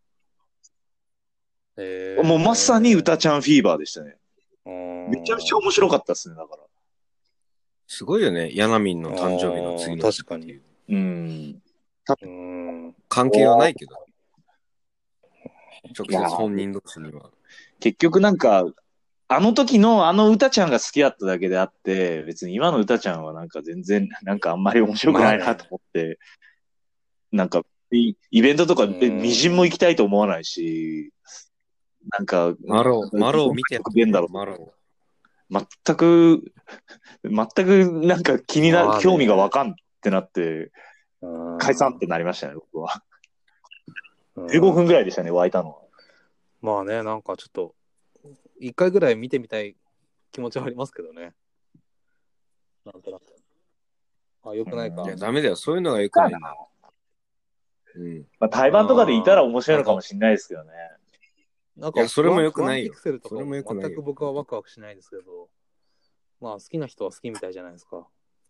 もうまさに歌ちゃんフィーバーでしたね。めちゃめちゃ面白かったですね、だから。 すごいよね、ヤナミンの誕生日の次の日。 確かに。 関係はないけど。直接本人同士には。 結局なんか、あの時のあの歌ちゃんが好きだっただけであって、別に今の歌ちゃんはなんか全然、なんかあんまり面白くないなと思って、なんか、イベントとかみじんも行きたいと思わないし、なんか、 マロを見てやってんだろう。全くなんか興味がわかんってなって、解散ってなりましたね、僕は。15分ぐらいでしたね、湧いたのは。 まあね、なんかちょっと、一回ぐらい見てみたい気持ちはありますけどね。なんとなく。あ、よくないか。 いや、ダメだよ。そういうのがよくないんだ。 まあ、対バンとかでいたら面白いのかもしれないですけどね。 なんか、 それもよくないよ。 それもよくない。全く僕はワクワクしないですけど、まあ、好きな人は好きみたいじゃないですか。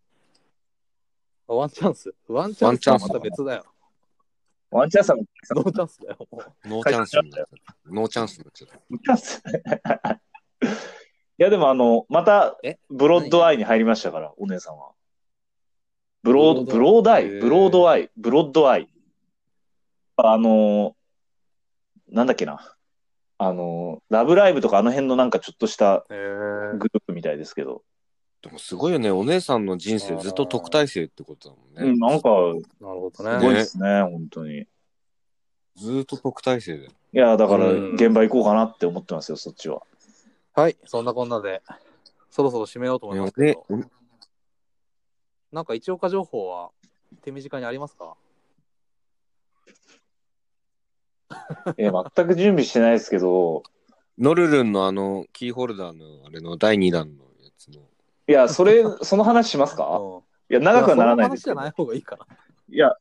ワンチャンスはまた別だよ。 ワンチャンスはノーチャンスだよ。 ノーチャンスになっちゃった。ノーチャンスになっちゃった。 ノーチャンスいや、でもまた、ブロッドアイに入りましたから、お姉さんは。ブロードアイ。なんだっけな。ラブライブとかあの辺のなんかちょっとしたグループみたいですけど。 でもすごいよね。お姉さんの人生ずっと特待生ってことだもんね。 なんか、 なるほどね。 すごいですね、本当に。 ずっと特待生で。 いや、だから現場行こうかなって思ってますよ、そっちは。 はい、そんなこんなで、そろそろ締めようと思いますけど。なんか一岡情報は手短にありますか？ 全く準備してないですけど。 ノルルンのキーホルダーのあれの第2弾のやつの。 いや、その話しますか？いや、長くはならないですけど。 その話じゃない方がいいかな。 いや、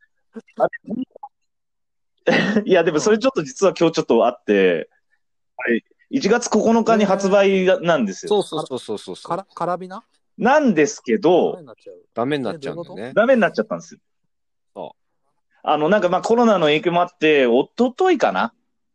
いや、でもそれちょっと実は今日ちょっとあって、1月9日に発売なんですよ。 そう。 カラビナなんですけど、 ダメになっちゃうんだよね。 ダメになっちゃったんですよ。 そう。 なんかまあコロナの影響もあって、一昨日かな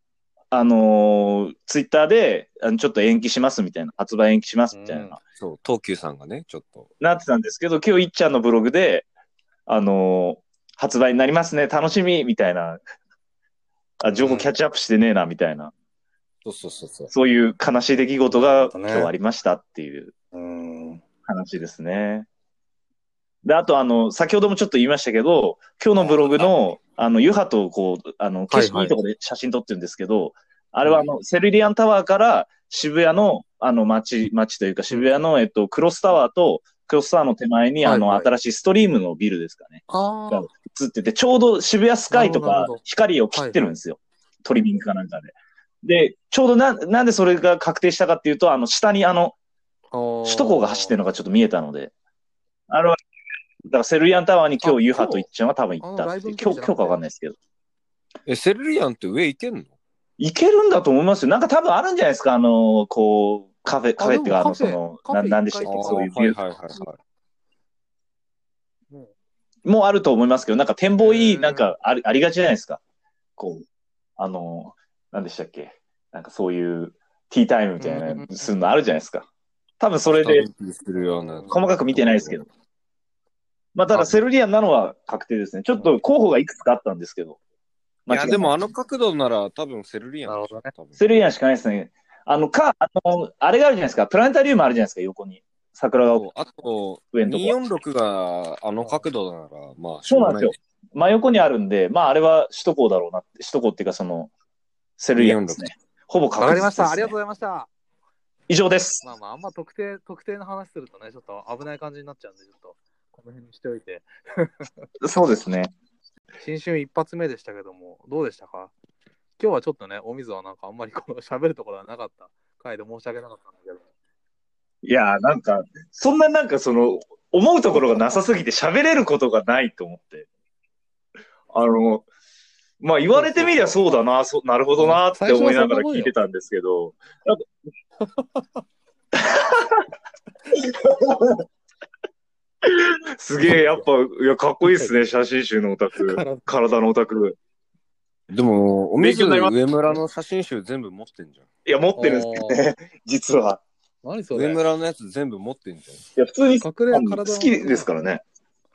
ツイッターで、ちょっと延期しますみたいな、発売延期しますみたいな。 そう、東急さんがね、ちょっと。 なってたんですけど、今日いっちゃんのブログで、発売になりますね、楽しみみたいな、情報キャッチアップしてねえな、みたいな。そういう悲しい出来事が今日ありましたっていう話ですね。で、あと先ほどもちょっと言いましたけど、今日のブログの、ユハとこう、景色いいとこで写真撮ってるんですけど、あれはセルリアンタワーから渋谷の、街というか渋谷の、クロスタワーと、クロスタワーの手前に、新しいストリームのビルですかね。が映ってて、ちょうど渋谷スカイとか光を切ってるんですよ。トリミングかなんかで。で、ちょうどなんでそれが確定したかっていうと、下に首都高が走ってるのがちょっと見えたので、だからセルリアンタワーに今日ユハといっちゃんは多分行ったっていう。今日かわかんないですけど。 セルリアンって上行けんの？ いけるんだと思いますよ。なんか多分あるんじゃないですか。こう、カフェっていうか、なんでしたっけ、そういうビューはいはいはいはい。 もあると思いますけど、なんか展望いい、なんかありがちじゃないですか。こう、なんでしたっけ。なんかそういうティータイムみたいな、するのあるじゃないですか。多分それで、 するような細かく見てないですけど。まあ、ただセルリアンなのは確定ですね。ちょっと候補がいくつかあったんですけど。 いや、でもあの角度なら多分セルリアン。 なるほどね。 セルリアンしかないですね。あれがあるじゃないですか。プラネタリウムあるじゃないですか、横に。桜が。 あと、 上のとこ 246があの角度なら、まあ、しそうょうがない。 なんですよ。真横にあるんで、まあ、あれは首都高だろうなって。首都高っていうか、セルリアンですね。ほぼ確実です、ね。 わかりました。ありがとうございました。 以上です。 まあんま特定の話するとね、ちょっと危ない感じになっちゃうんで、ちょっとこの辺にしておいて。 そうですね。 新春一発目でしたけども、どうでしたか？今日はちょっとね、お水はなんかあんまりこの喋るところはなかった回で申し訳なかったんだけど。 いやー、なんか、そんななんか思うところがなさすぎて喋れることがないと思って。まあ言われてみりゃそうだな、なるほどなって思いながら聞いてたんですけど。すげえ、やっぱ、いや、かっこいいっすね、写真集のオタク。体のオタク。 でも、お水勉強になります上村の写真集全部持ってんじゃん。 いや、持ってるんですけどね、実は。 何それ？ 上村のやつ全部持ってんじゃん。いや、普通に隠れ好きですからね。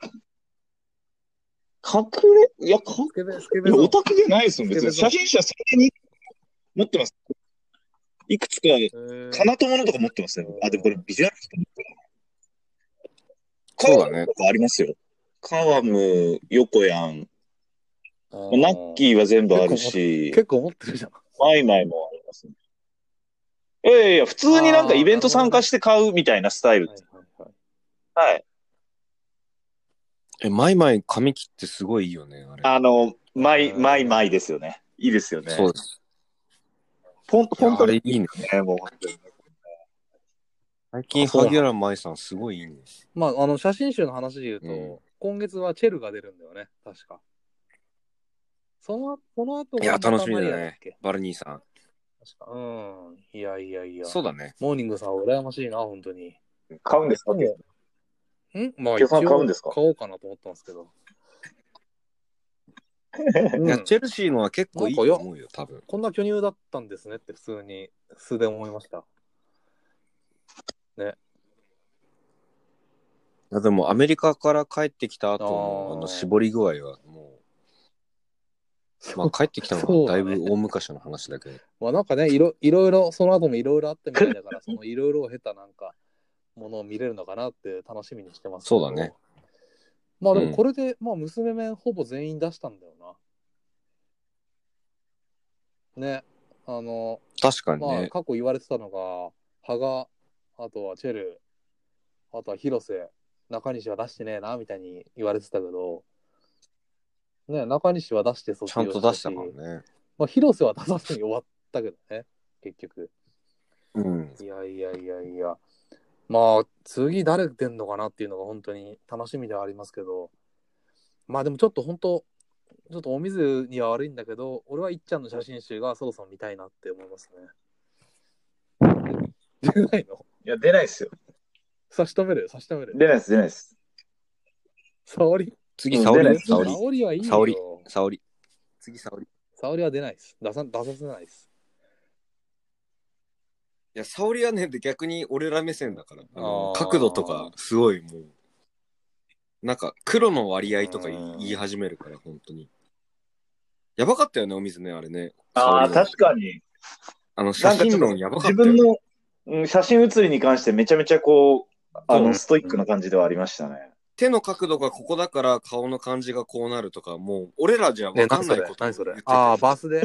隠れ、いや、オタクじゃないですもん、別に。写真集はそれに持ってます。いくつか、かなとものとか持ってますね。あ、でもこれビジュアルとか持ってる。 そうだね。 ありますよ。カワム、ヨコヤン、ナッキーは全部あるし、 結構持ってるじゃん。 マイマイもありますね。いや、普通になんかイベント参加して買うみたいなスタイルです。はい。 マイマイ髪切ってすごいいいよね、あれ。 マイですよね。いいですよね。 そうです。 フォントあれいいね。 もう本当に。 最近、萩原舞さんすごいいいね。 まあ、写真集の話で言うと、今月はチェルが出るんだよね、確か。この後いや、楽しみだね。バルニーさん。 確か。いや。 そうだね。 モーニングさん、羨ましいな、本当に。 買うんですか？ まあ、一応買おうかなと思ったんですけど。 いや、チェルシーのは結構いいと思うよ、多分。 こんな巨乳だったんですねって普通に素で思いました。ね。 いやでもアメリカから帰ってきた後の絞り具合はもう、まあ帰ってきたのはだいぶ大昔の話だけど。 まあなんかね、いろいろ、その後もいろいろあったみたいだから、そのいろいろを経たなんか、ものを見れるのかなって楽しみにしてますけど。 そうだね。 まあでもこれで、まあ娘面ほぼ全員出したんだよな。ね。 確かにね。 まあ過去言われてたのが、羽賀、あとはチェル、あとは広瀬、中西は出してねえな、みたいに言われてたけど、ね、中西は出して卒業したし、 ちゃんと出したからね。 まあ広瀬は出さずに終わったけどね、結局。いや。まあ、次誰出んのかなっていうのが本当に楽しみではありますけど、まあでもちょっとお水には悪いんだけど、俺はいっちゃんの写真集がそろそろ見たいなって思いますね。出ないの？ いや、出ないっすよ。 差し止める。 出ないっす。 沙織？ 次、沙織ね。 沙織はいいよ。 沙織。次、沙織。 沙織は出ないです。出させないです。 いや、沙織はね、逆に俺ら目線だから。角度とか、すごいもう、なんか黒の割合とか言い始めるから、本当に。やばかったよね、お水ね、あれね。 確かに。 写真論やばかったよ。 自分の写真写りに関してめちゃめちゃこう、ストイックな感じではありましたね。 手の角度がここだから顔の感じがこうなるとか、もう俺らじゃ分かんないこと何それバースで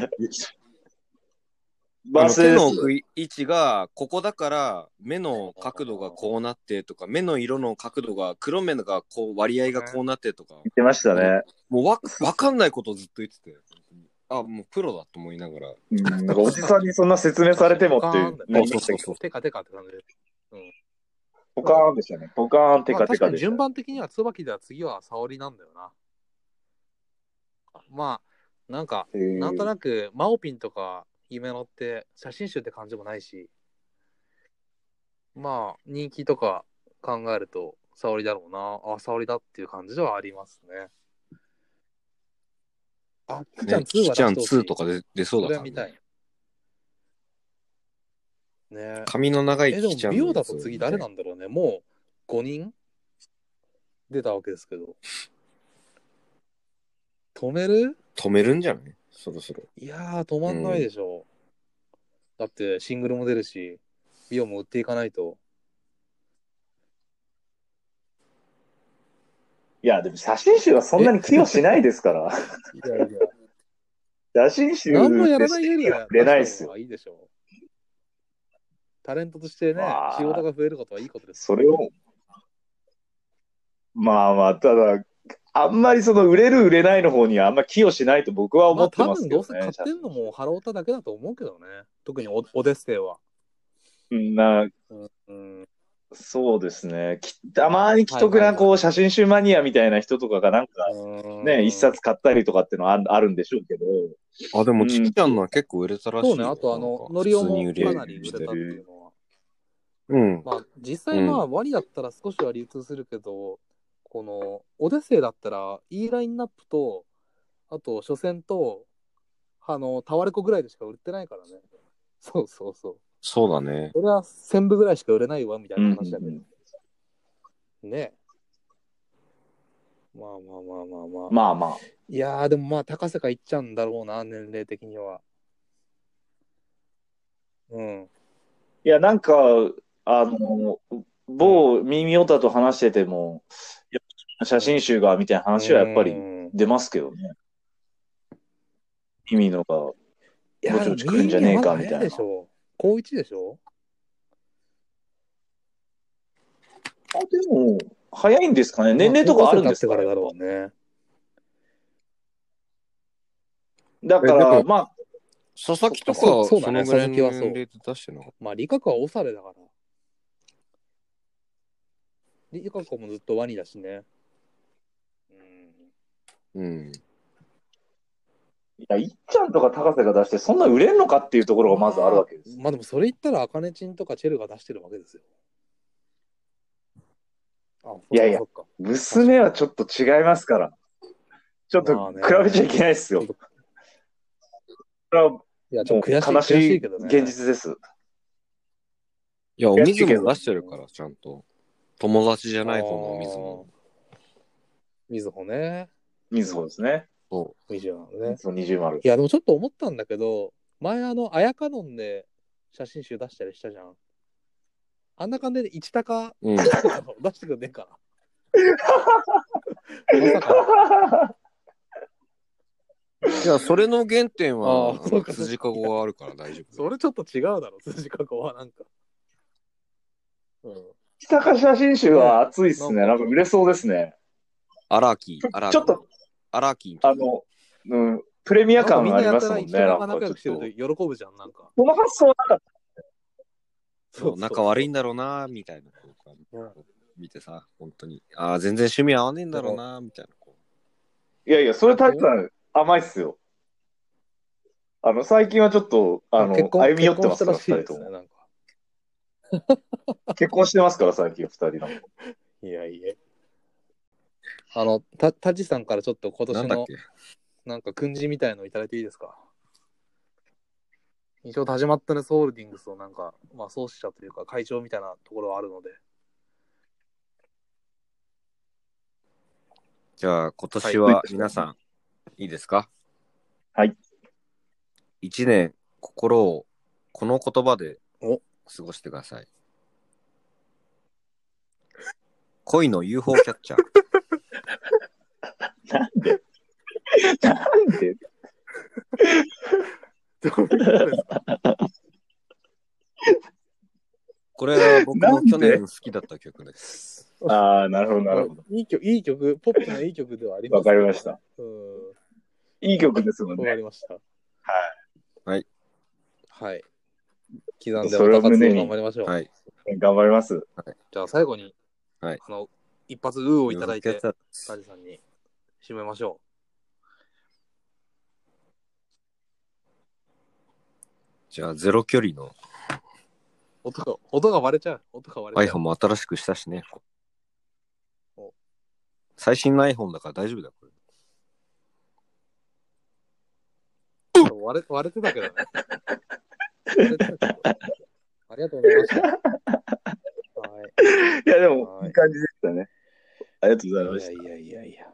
手の置く位置がここだから目の角度がこうなってとか、目の色の角度が黒目がこう割合がこうなってとか言ってましたね。 もう分かんないことをずっと言ってて、もうプロだと思いながら、 なんかおじさんにそんな説明されてもっていう。 そうテカって感じで。 ポカーンでしたね。ポカーンテカテカでした。 確かに順番的には椿では次は沙織なんだよな。まあなんか、なんとなく、マオピンとか夢のって写真集って感じもないし、まあ、人気とか考えると、沙織だろうな。あ、沙織だっていう感じではありますね。あ、キキちゃんね、 2 キちゃんは出してほしい。 2とか出そうそだかられは見たい。 ね。 ね。 髪の長いでも、 キちゃんビオだのやつをと次誰見たい。 なんだろうね。もう5人出たわけですけど。止める？ 止めるんじゃない？そろそろ。 いやー、止まんないでしょ。だって、シングルも出るし、ビオも売っていかないと。 いや、でも写真集はそんなに寄与しないですから。 いやいや。 写真集何もやでらないよりは出ないですよ出した方が。いいでしょ。タレントとしてね、 まあ仕事が増えることはいいことです。 それを、まあまあ、ただ、あんまりその売れる売れないの方にはあんま寄与しないと僕は思って多分ますけどね。 どうせ買ってんのもハロータだけだと思うけどね。特にオデッセイは。 そうですね。たまに既得なこう写真集マニアみたいな人とかがなんかね、一冊買ったりとかっていうのはあるんでしょうけど。 あ、でも、キちゃんのは結構売れたらしいよ。 そうね、あとノリオもかなり売れたっていうのは。 うん。 まあ、実際ワニだったら少しは流通するけど、このオデッセイだったら、いいラインナップと、あと、初戦と、タワレコぐらいでしか売ってないからね。そうそうそう。 そうだね。 それは1000部ぐらいしか売れないわ、みたいな話だけど。ね。まあ。 まあまあ。 いやー、でもまあ、高瀬がいっちゃうんだろうな、年齢的には。うん。 いや、なんか、某耳オタと話してても、いや写真集がみたいな話はやっぱり出ますけどね。意味のが、ぼちぼち来るんじゃねえかみたいな。 でしょ。高1でしょ。 あ、でも、早いんですかね。年齢とかあるんですかね。 だろうね。 だから、まあ、 佐々木とかそうだね、 そのぐらいの佐々木はそう。 年齢で出してなかった。 まあ、リカコはオサレだから。リカコもずっとワニだしね。 うん。 いや、いっちゃんとか高瀬が出して、そんな売れんのかっていうところがまずあるわけです。 まあでもそれ言ったら、アカネチンとかチェルが出してるわけですよ。 いやいや、娘はちょっと違いますから。ちょっと比べちゃいけないですよ。これは、もう悲しい現実です。 いや、お水も出してるから、ちゃんと。友達じゃない方のお水も。 みずほね。 みずほですね。 そう。 20丸。 いや、でもちょっと思ったんだけど、前あやかのんで写真集出したりしたじゃん。あんな感じで1高出してくんねえかな。まさか。 いや、それの原点は、辻かごがあるから大丈夫。 それちょっと違うだろ、辻かごはなんか。 1高写真集は熱いっすね。なんか売れそうですね。 アラーキー。 ちょっと、 アラーキー。 プレミア感がありますもんね。 なんか仲良くしてると喜ぶじゃん、なんか。 この発想なかった。 そう、仲悪いんだろうな、みたいな。見てさ、本当に。ああ、全然趣味合わねえんだろうな、みたいな。 いやいや、それタイプは甘いっすよ。最近はちょっと、歩み寄ってますから、二人とも。結婚してますから、最近、二人の。 いや。タジさんからちょっと今年の、なんか、訓示みたいのいただいていいですか？一応、始まったね、ソールディングスのなんか、まあ、創始者というか、会長みたいなところはあるので。 じゃあ、今年は皆さん、いいですか？ はい。 一年、心をこの言葉で過ごしてください。恋の UFO キャッチャー。 なんでこれは僕の去年好きだった曲です。 ああ、なるほど、なるほど。 いい曲、ポップないい曲ではあります。 わかりました。いい曲ですもんね。 わかりました。 はい。 はい。刻んでおた活動頑張りましょう。 はい。 頑張ります。 じゃあ最後に、 はい。 一発をいただいて、タジさんに締めましょじゃあゼロ距離の音が割れちゃう。 iPhone も新しくしたしね。最新の iPhone だから大丈夫だよ、これ。 割れてたけどね。ありがとうございました。はい。 いや、でも、いい感じでしたね。ありがとうございました。 いや。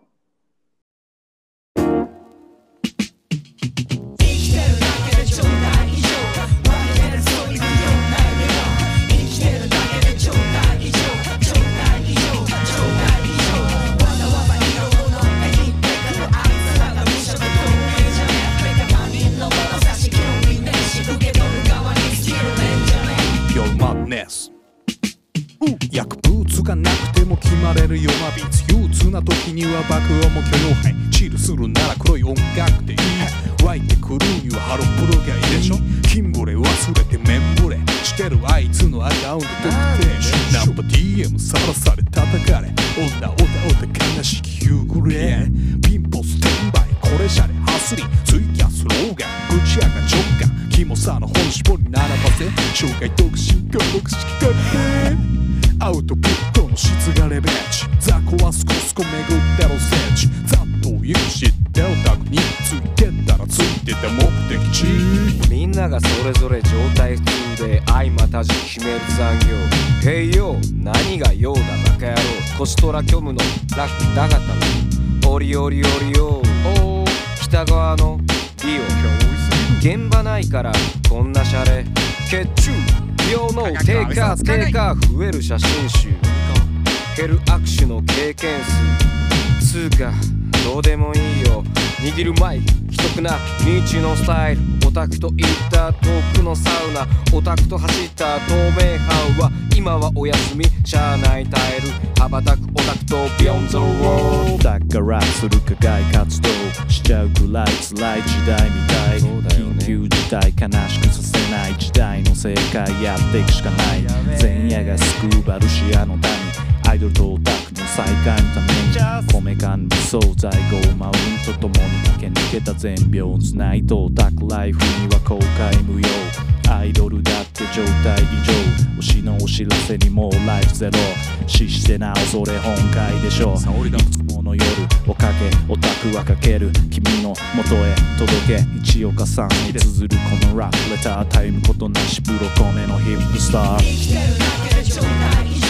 薬物がなくても決まれるよなビーツ憂鬱な時には爆音も許容範囲チルするなら黒い音楽でいい湧いてくるにはハロプロがいいでしょ金ブレ忘れてメンブレしてるあいつのアカウント特定ナンパ DM さらされ叩かれおだ悲しき夕暮れピンポステンバイこれじゃれハスリツイキャスローガン口赤直感キモさの本絞りならばせ障害特進登録式化ってアウトプットの質がレベチザコはスコスコ巡っての聖地ざっと言う知ってオタクについてたらついてた目的地みんながそれぞれ状態普通で相またじ決める残業へいよ何が用だバカ野郎コシトラ虚無のラックダガタのオリオリよ北側のリオ現場ないからこんなシャレ血中量の低下増える写真集減る握手の経験数つうかどうでもいいよ握るマイク既得な未知のスタイルオタクと行った遠くのサウナオタクと走った透明版は今はお休みしゃあない耐える羽ばたくオタクとビヨンゾーだからする課外活動しちゃうくらい辛い時代みたい緊急事態悲しくさせない時代の正解やっていくしかない前夜が救うバルシアの民アイドルとオタクの再会のためにこめかん理想在庫マウントともに駆け抜けた全秒つないとオタクライフには公開無用アイドルだって状態異常推しのお知らせにもうライフゼロ死してなおそれ本会でしょいつもの夜をかけオタクはかける君の元へ届け一岡さんに綴るこのラップレタータイムことなしプロコネのヒップスター生きてるだけで状態異常